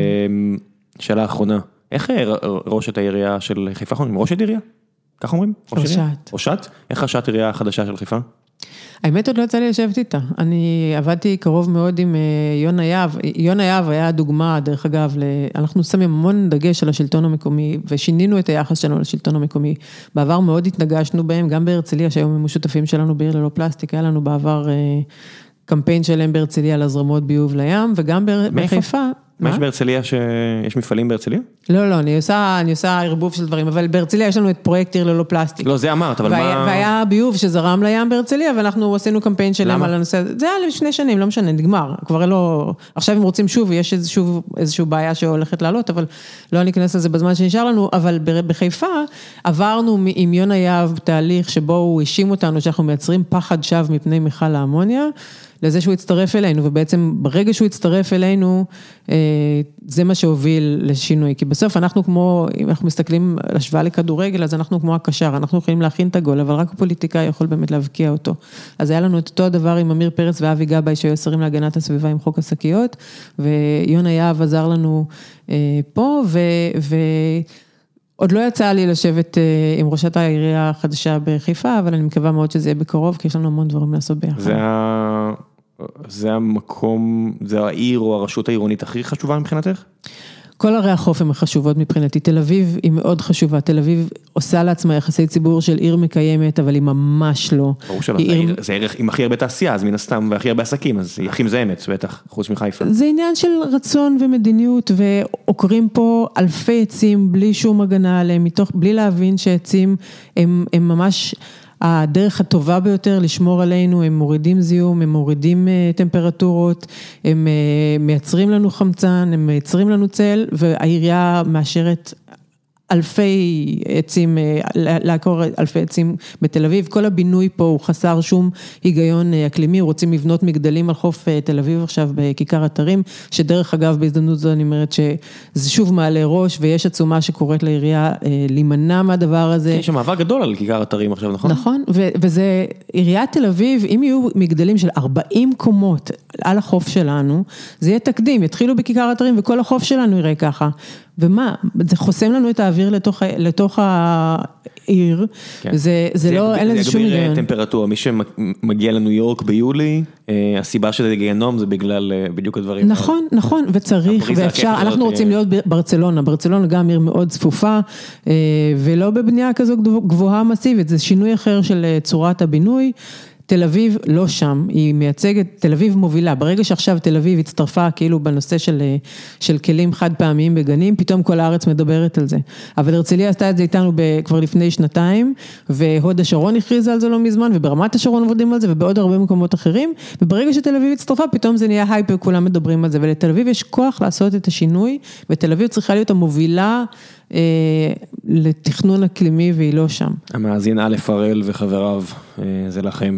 שאלה האחרונה, איך ראשת העירייה של חיפה, ראשת עירייה? כך אומרים? ראשת? איך ראשת עירייה החדשה של חיפה? האמת עוד לא יצא לי לשבת איתה, אני עבדתי קרוב מאוד עם יונה יהב, יונה יהב היה דוגמה דרך אגב, אנחנו שמים המון דגש על השלטון המקומי, ושינינו את היחס שלנו לשלטון המקומי, בעבר מאוד התנגשנו בהם, גם בהרצליה שהיום הם שותפים שלנו בעיר ללא פלסטיק, היה לנו בעבר קמפיין שלהם בהרצליה על הזרמות ביוב לים, וגם בחיפה, מה יש בהרצליה שיש מפעלים בהרצליה? לא, אני עושה ערבוב של דברים, אבל בהרצליה יש לנו את פרויקט עיר ללא פלסטיק. לא, זה אמרת, אבל מה... והיה ביוב שזרם לים בהרצליה, ואנחנו עשינו קמפיין שלם על הנושא הזה. זה היה לפני שנים, לא משנה, נגמר. כבר לא... עכשיו אם רוצים שוב, יש איזושהי בעיה שהולכת לעלות, אבל לא ניכנס לזה בזמן שנשאר לנו, אבל בחיפה עברנו עם יונה יהב תהליך שבו הוא האשים אותנו שאנחנו מייצרים פחד שווא מפני מיכל האמוניה, לזה שהוא הצטרף אלינו, ובעצם ברגע שהוא הצטרף אלינו, זה מה שהוביל לשינוי, כי בסוף אנחנו כמו, אם אנחנו מסתכלים על השוואה לכדורגל, אז אנחנו כמו הקשר, אנחנו יכולים להכין את הגול, אבל רק הפוליטיקאי יכול באמת להבקיע אותו. אז היה לנו את אותו הדבר עם אמיר פרץ ואבי גבאי, שהיו שרים להגנת הסביבה עם חוק השקיות, ויונה יהב עזר לנו פה, עוד לא יצא לי לשבת עם ראשת העירייה החדשה בחיפה, אבל אני מקווה מאוד שזה יהיה בקרוב, כי יש לנו המון דברים לעשות ביחד. זה המקום, זה העיר או הרשות העירונית הכי חשובה מבחינתך? כל ערי החוף הן חשובות מבחינתי, תל אביב היא מאוד חשובה, תל אביב עושה לעצמה יחסי ציבור של עיר מקיימת, אבל היא ממש לא. ברור שלא, זה עיר עם הכי הרבה תעשייה, אז מן הסתם, והכי הרבה עסקים, אז היא הכי מזהמת, בטח, חוץ מחיפה. זה עניין של רצון ומדיניות, ועוקרים פה אלפי עצים בלי שום הגנה עליהם, בלי להבין שעצים הם ממש... הדרך הטובה ביותר לשמור עלינו, הם מורידים זיהום, הם מורידים טמפרטורות, הם מייצרים לנו חמצן, הם מייצרים לנו צל, והעירייה מאשרת אלפי עצים, לעקור אלפי עצים בתל אביב, כל הבינוי פה הוא חסר שום היגיון אקלימי, רוצים לבנות מגדלים על חוף תל אביב עכשיו בכיכר אתרים, שדרך אגב בהזדמנות זו אני אומרת שזה שוב מעלה ראש, ויש עצומה שקוראת לעירייה להימנע מהדבר הזה. יש שם מאבק גדול על כיכר אתרים עכשיו, נכון? נכון, וזה עיריית תל אביב, אם יהיו מגדלים של 40 קומות על החוף שלנו, זה יהיה תקדים, יתחילו בכיכר אתרים וכל החוף שלנו יראה ככה. ומה, זה חוסם לנו את האוויר לתוך העיר, זה לא, אין לזה שום היגיון. טמפרטורה, מי שמגיע לניו יורק ביולי, הסיבה שזה גיהנום זה בגלל בדיוק הדברים. נכון, נכון, וצריך, ואפשר, אנחנו רוצים להיות ברצלונה, ברצלונה גם עיר מאוד צפופה, ולא בבנייה כזו גבוהה מסיבית, זה שינוי אחר של צורת הבינוי, תל אביב לא שם, היא מייצגת, תל אביב מובילה, ברגע שעכשיו תל אביב הצטרפה כאילו בנושא של כלים חד פעמיים בגנים, פתאום כל הארץ מדברת על זה. אבל הרצליה עשתה את זה איתנו כבר לפני שנתיים, והוד השרון הכריזה על זה לא מזמן, וברמת השרון עובדים על זה, ובעוד הרבה מקומות אחרים, וברגע שתל אביב הצטרפה, פתאום זה נהיה הייפר, כולם מדברים על זה, ולתל אביב יש כוח לעשות את השינוי, ותל אביב צריכה להיות המובילה, לתכנון אקלימי והיא לא שם. המאזין א' הראל וחבריו, זה לכם.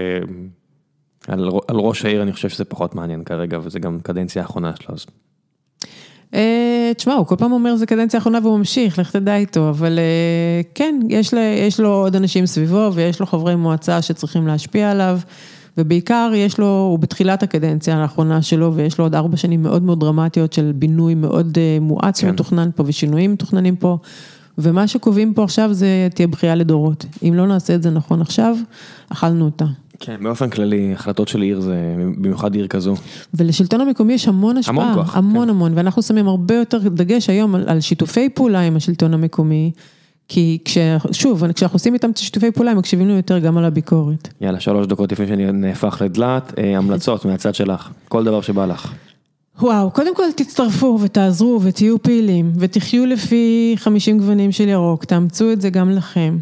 על ראש העיר אני חושב שזה פחות מעניין כרגע, וזה גם קדנציה האחרונה שלו. תשמע, הוא כל פעם אומר זה קדנציה האחרונה והוא ממשיך, לך תדע איתו, אבל כן, יש לו עוד אנשים סביבו, ויש לו חברי מועצה שצריכים להשפיע עליו, ובעיקר יש לו, הוא בתחילת הקדנציה האחרונה שלו, ויש לו עוד 4 שנים מאוד מאוד דרמטיות של בינוי מאוד מואץ מתוכנן פה, ושינויים מתוכננים פה, ומה שקובעים פה עכשיו זה תהיה בחייה לדורות. אם לא נעשה את זה נכון עכשיו, אכלנו אותה. כן, באופן כללי, החלטות של עיר זה במיוחד עיר כזו. ולשלטון המקומי יש המון השפעה, המון כוח, המון, ואנחנו שמים הרבה יותר דגש היום על שיתופי פעולה עם השלטון המקומי, כי כשאנחנו עושים איתם את שיתופי פעולה, הם מקשיבים לנו יותר גם על הביקורת. יאללה, 3 דקות לפני שאני נהפך לדלת, המלצות מהצד שלך, כל דבר שבא לך. וואו, קודם כל תצטרפו ותעזרו ותהיו פעילים, ותחיו לפי 50 גוונים של ירוק, תאמצו את זה גם לכם.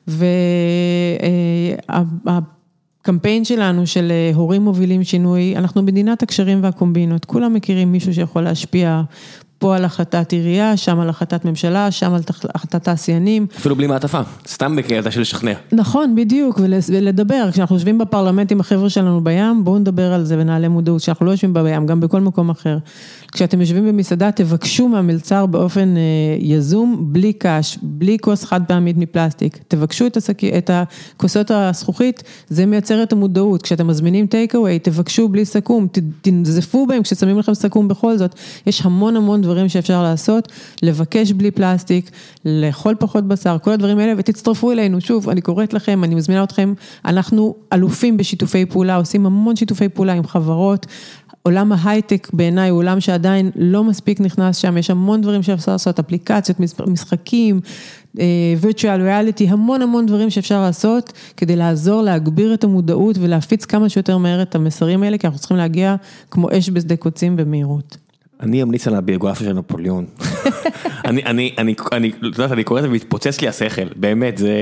והקמפיין שלנו של הורים מובילים שינוי, אנחנו מדינת הקשרים והקומבינות, כולם מכירים מישהו שיכול להשפיע פה על החלטת עירייה, שם על החלטת ממשלה, שם על החלטת תעשיינים. אפילו בלי מעטפה, סתם בקטע של לשכנע. נכון, בדיוק, ולדבר, כשאנחנו יושבים בפרלמנט עם החבר'ה שלנו בים, בואו נדבר על זה ונעלה מודעות, שאנחנו לא יושבים בים, גם בכל מקום אחר. כשאתם יושבים במסעדה, תבקשו מהמלצר באופן יזום, בלי קש, בלי כוס חד פעמית מפלסטיק. תבקשו את הכוסות הזכוכית, זה מייצר את המודעות. כשאתם מזמינים טייק-אווי, תבקשו בלי סכום, תנזפו בהם כששמים לכם סכום בכל זאת. יש המון דברים שאפשר לעשות, לבקש בלי פלסטיק, לאכול פחות בשר, כל הדברים האלה, ותצטרפו אלינו. שוב, אני קוראת לכם, אני מזמינה אתכם, אנחנו אלופים בשיתופי פעולה, עושים המון שיתופי פעולה עם חברות, עולם ההייטק בעיניי הוא עולם שעדיין לא מספיק נכנס שם, יש המון דברים שאפשר לעשות, אפליקציות, משחקים, virtual reality, המון דברים שאפשר לעשות, כדי לעזור, להגביר את המודעות, ולהפיץ כמה שיותר מהר את המסרים האלה, כי אנחנו צריכים להגיע כמו אש בשדה קוצים במהירות. אני אמליץ על הביוגרפיה של נפוליאון. אני קורא את זה והתפוצץ לי השכל, באמת, זה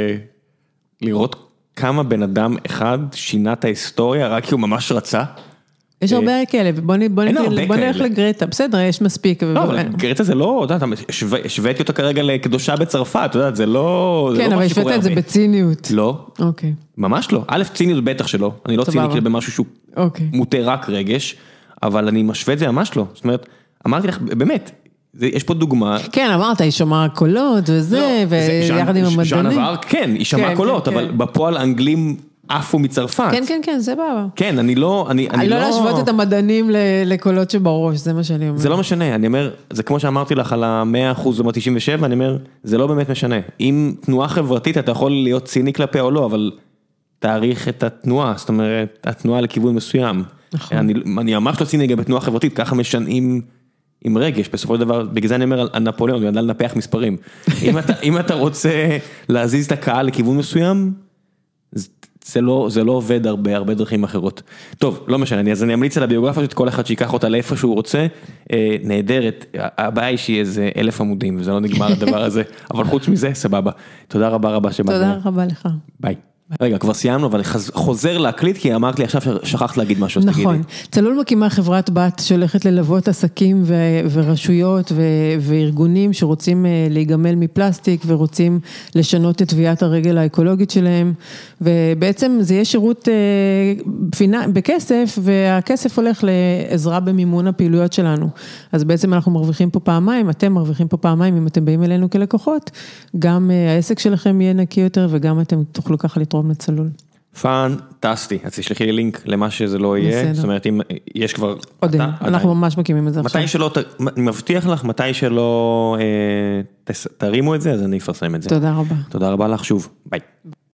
לראות כמה בן אדם אחד שינה את ההיסטוריה, רק כי הוא ממש רצה. יש הרבה כאלה, בוא נלך לגרטה, בסדר, יש מספיק. לא, אבל גרטה זה לא, השוויתי אותה כרגע לקדושה בצרפת, אתה יודע, זה לא... כן, אבל השווית את זה בציניות. לא, ממש לא. א', ציניות בטח שלא, אני לא ציני כאילו במשהו שהוא מוטה רק רגש, אבל אני משווה את זה ממש לא. זאת אומרת, אמרתי לך, באמת, יש פה דוגמה. כן, אמרת, היא שמעה קולות וזה, ויחד עם המדענים. ז'אן עבר, כן, היא שמעה קולות, אבל בפועל האנגלים עפו מצרפת. כן, כן, כן, זה בעבר. כן, אני לא... לא להשוות את המדענים לקולות שבראש, זה מה שאני אומר. זה לא משנה, אני אומר, זה כמו שאמרתי לך על ה-100% או 97, אני אומר, זה לא באמת משנה. אם תנועה חברתית, אתה יכול להיות ציני כלפי או לא, אבל תאריך את התנועה, זאת אומרת, התנועה לכיוון מסוים. נכון. אני ממש לא ציני גם בתנועה חברתית, ככה משנים עם רגש, בסופו של דבר, בגלל זה אני אומר על נפוליאון, אני יודע לנפח מספרים. אם אתה רוצה להזיז את הקהל לכיוון מסוים, זה לא עובד הרבה דרכים אחרות. טוב, לא משנה, אז אני אמליץ על הביוגרפיה שאת כל אחד שיקח אותה לאיפה שהוא רוצה, נהדרת, הבעיה היא שהיא איזה 1000 עמודים, וזה לא נגמר הדבר הזה, אבל חוץ מזה, סבבה. תודה רבה שבאת. תודה רבה לך. ביי. רגע, כבר סיימנו, אבל חוזר להקליט, כי אמרת לי עכשיו ששכחת להגיד משהו, אז תגידי. נכון. צלול מקימה חברת בת שהולכת ללוות עסקים ורשויות וארגונים שרוצים להיגמל מפלסטיק ורוצים לשנות את טביעת הרגל האקולוגית שלהם, ובעצם זה יהיה שירות בכסף, והכסף הולך לעזרה במימון הפעילויות שלנו. אז בעצם אנחנו מרוויחים פה פעמיים, אתם מרוויחים פה פעמיים, אם אתם באים אלינו כלקוחות, גם העסק שלכם יהיה נקי יותר, וגם אתם תוכלו ככה לתרום לצלול. פנטסטי, אז תשלחי לי לינק למה שזה לא יהיה, זאת אומרת, אם יש כבר... עוד אין, אנחנו ממש מקימים את זה עכשיו. מתי שלא, אני מבטיח לך, מתי שלא תרימו את זה, אז אני אפרסם את זה. תודה רבה. תודה רבה לך שוב, ביי.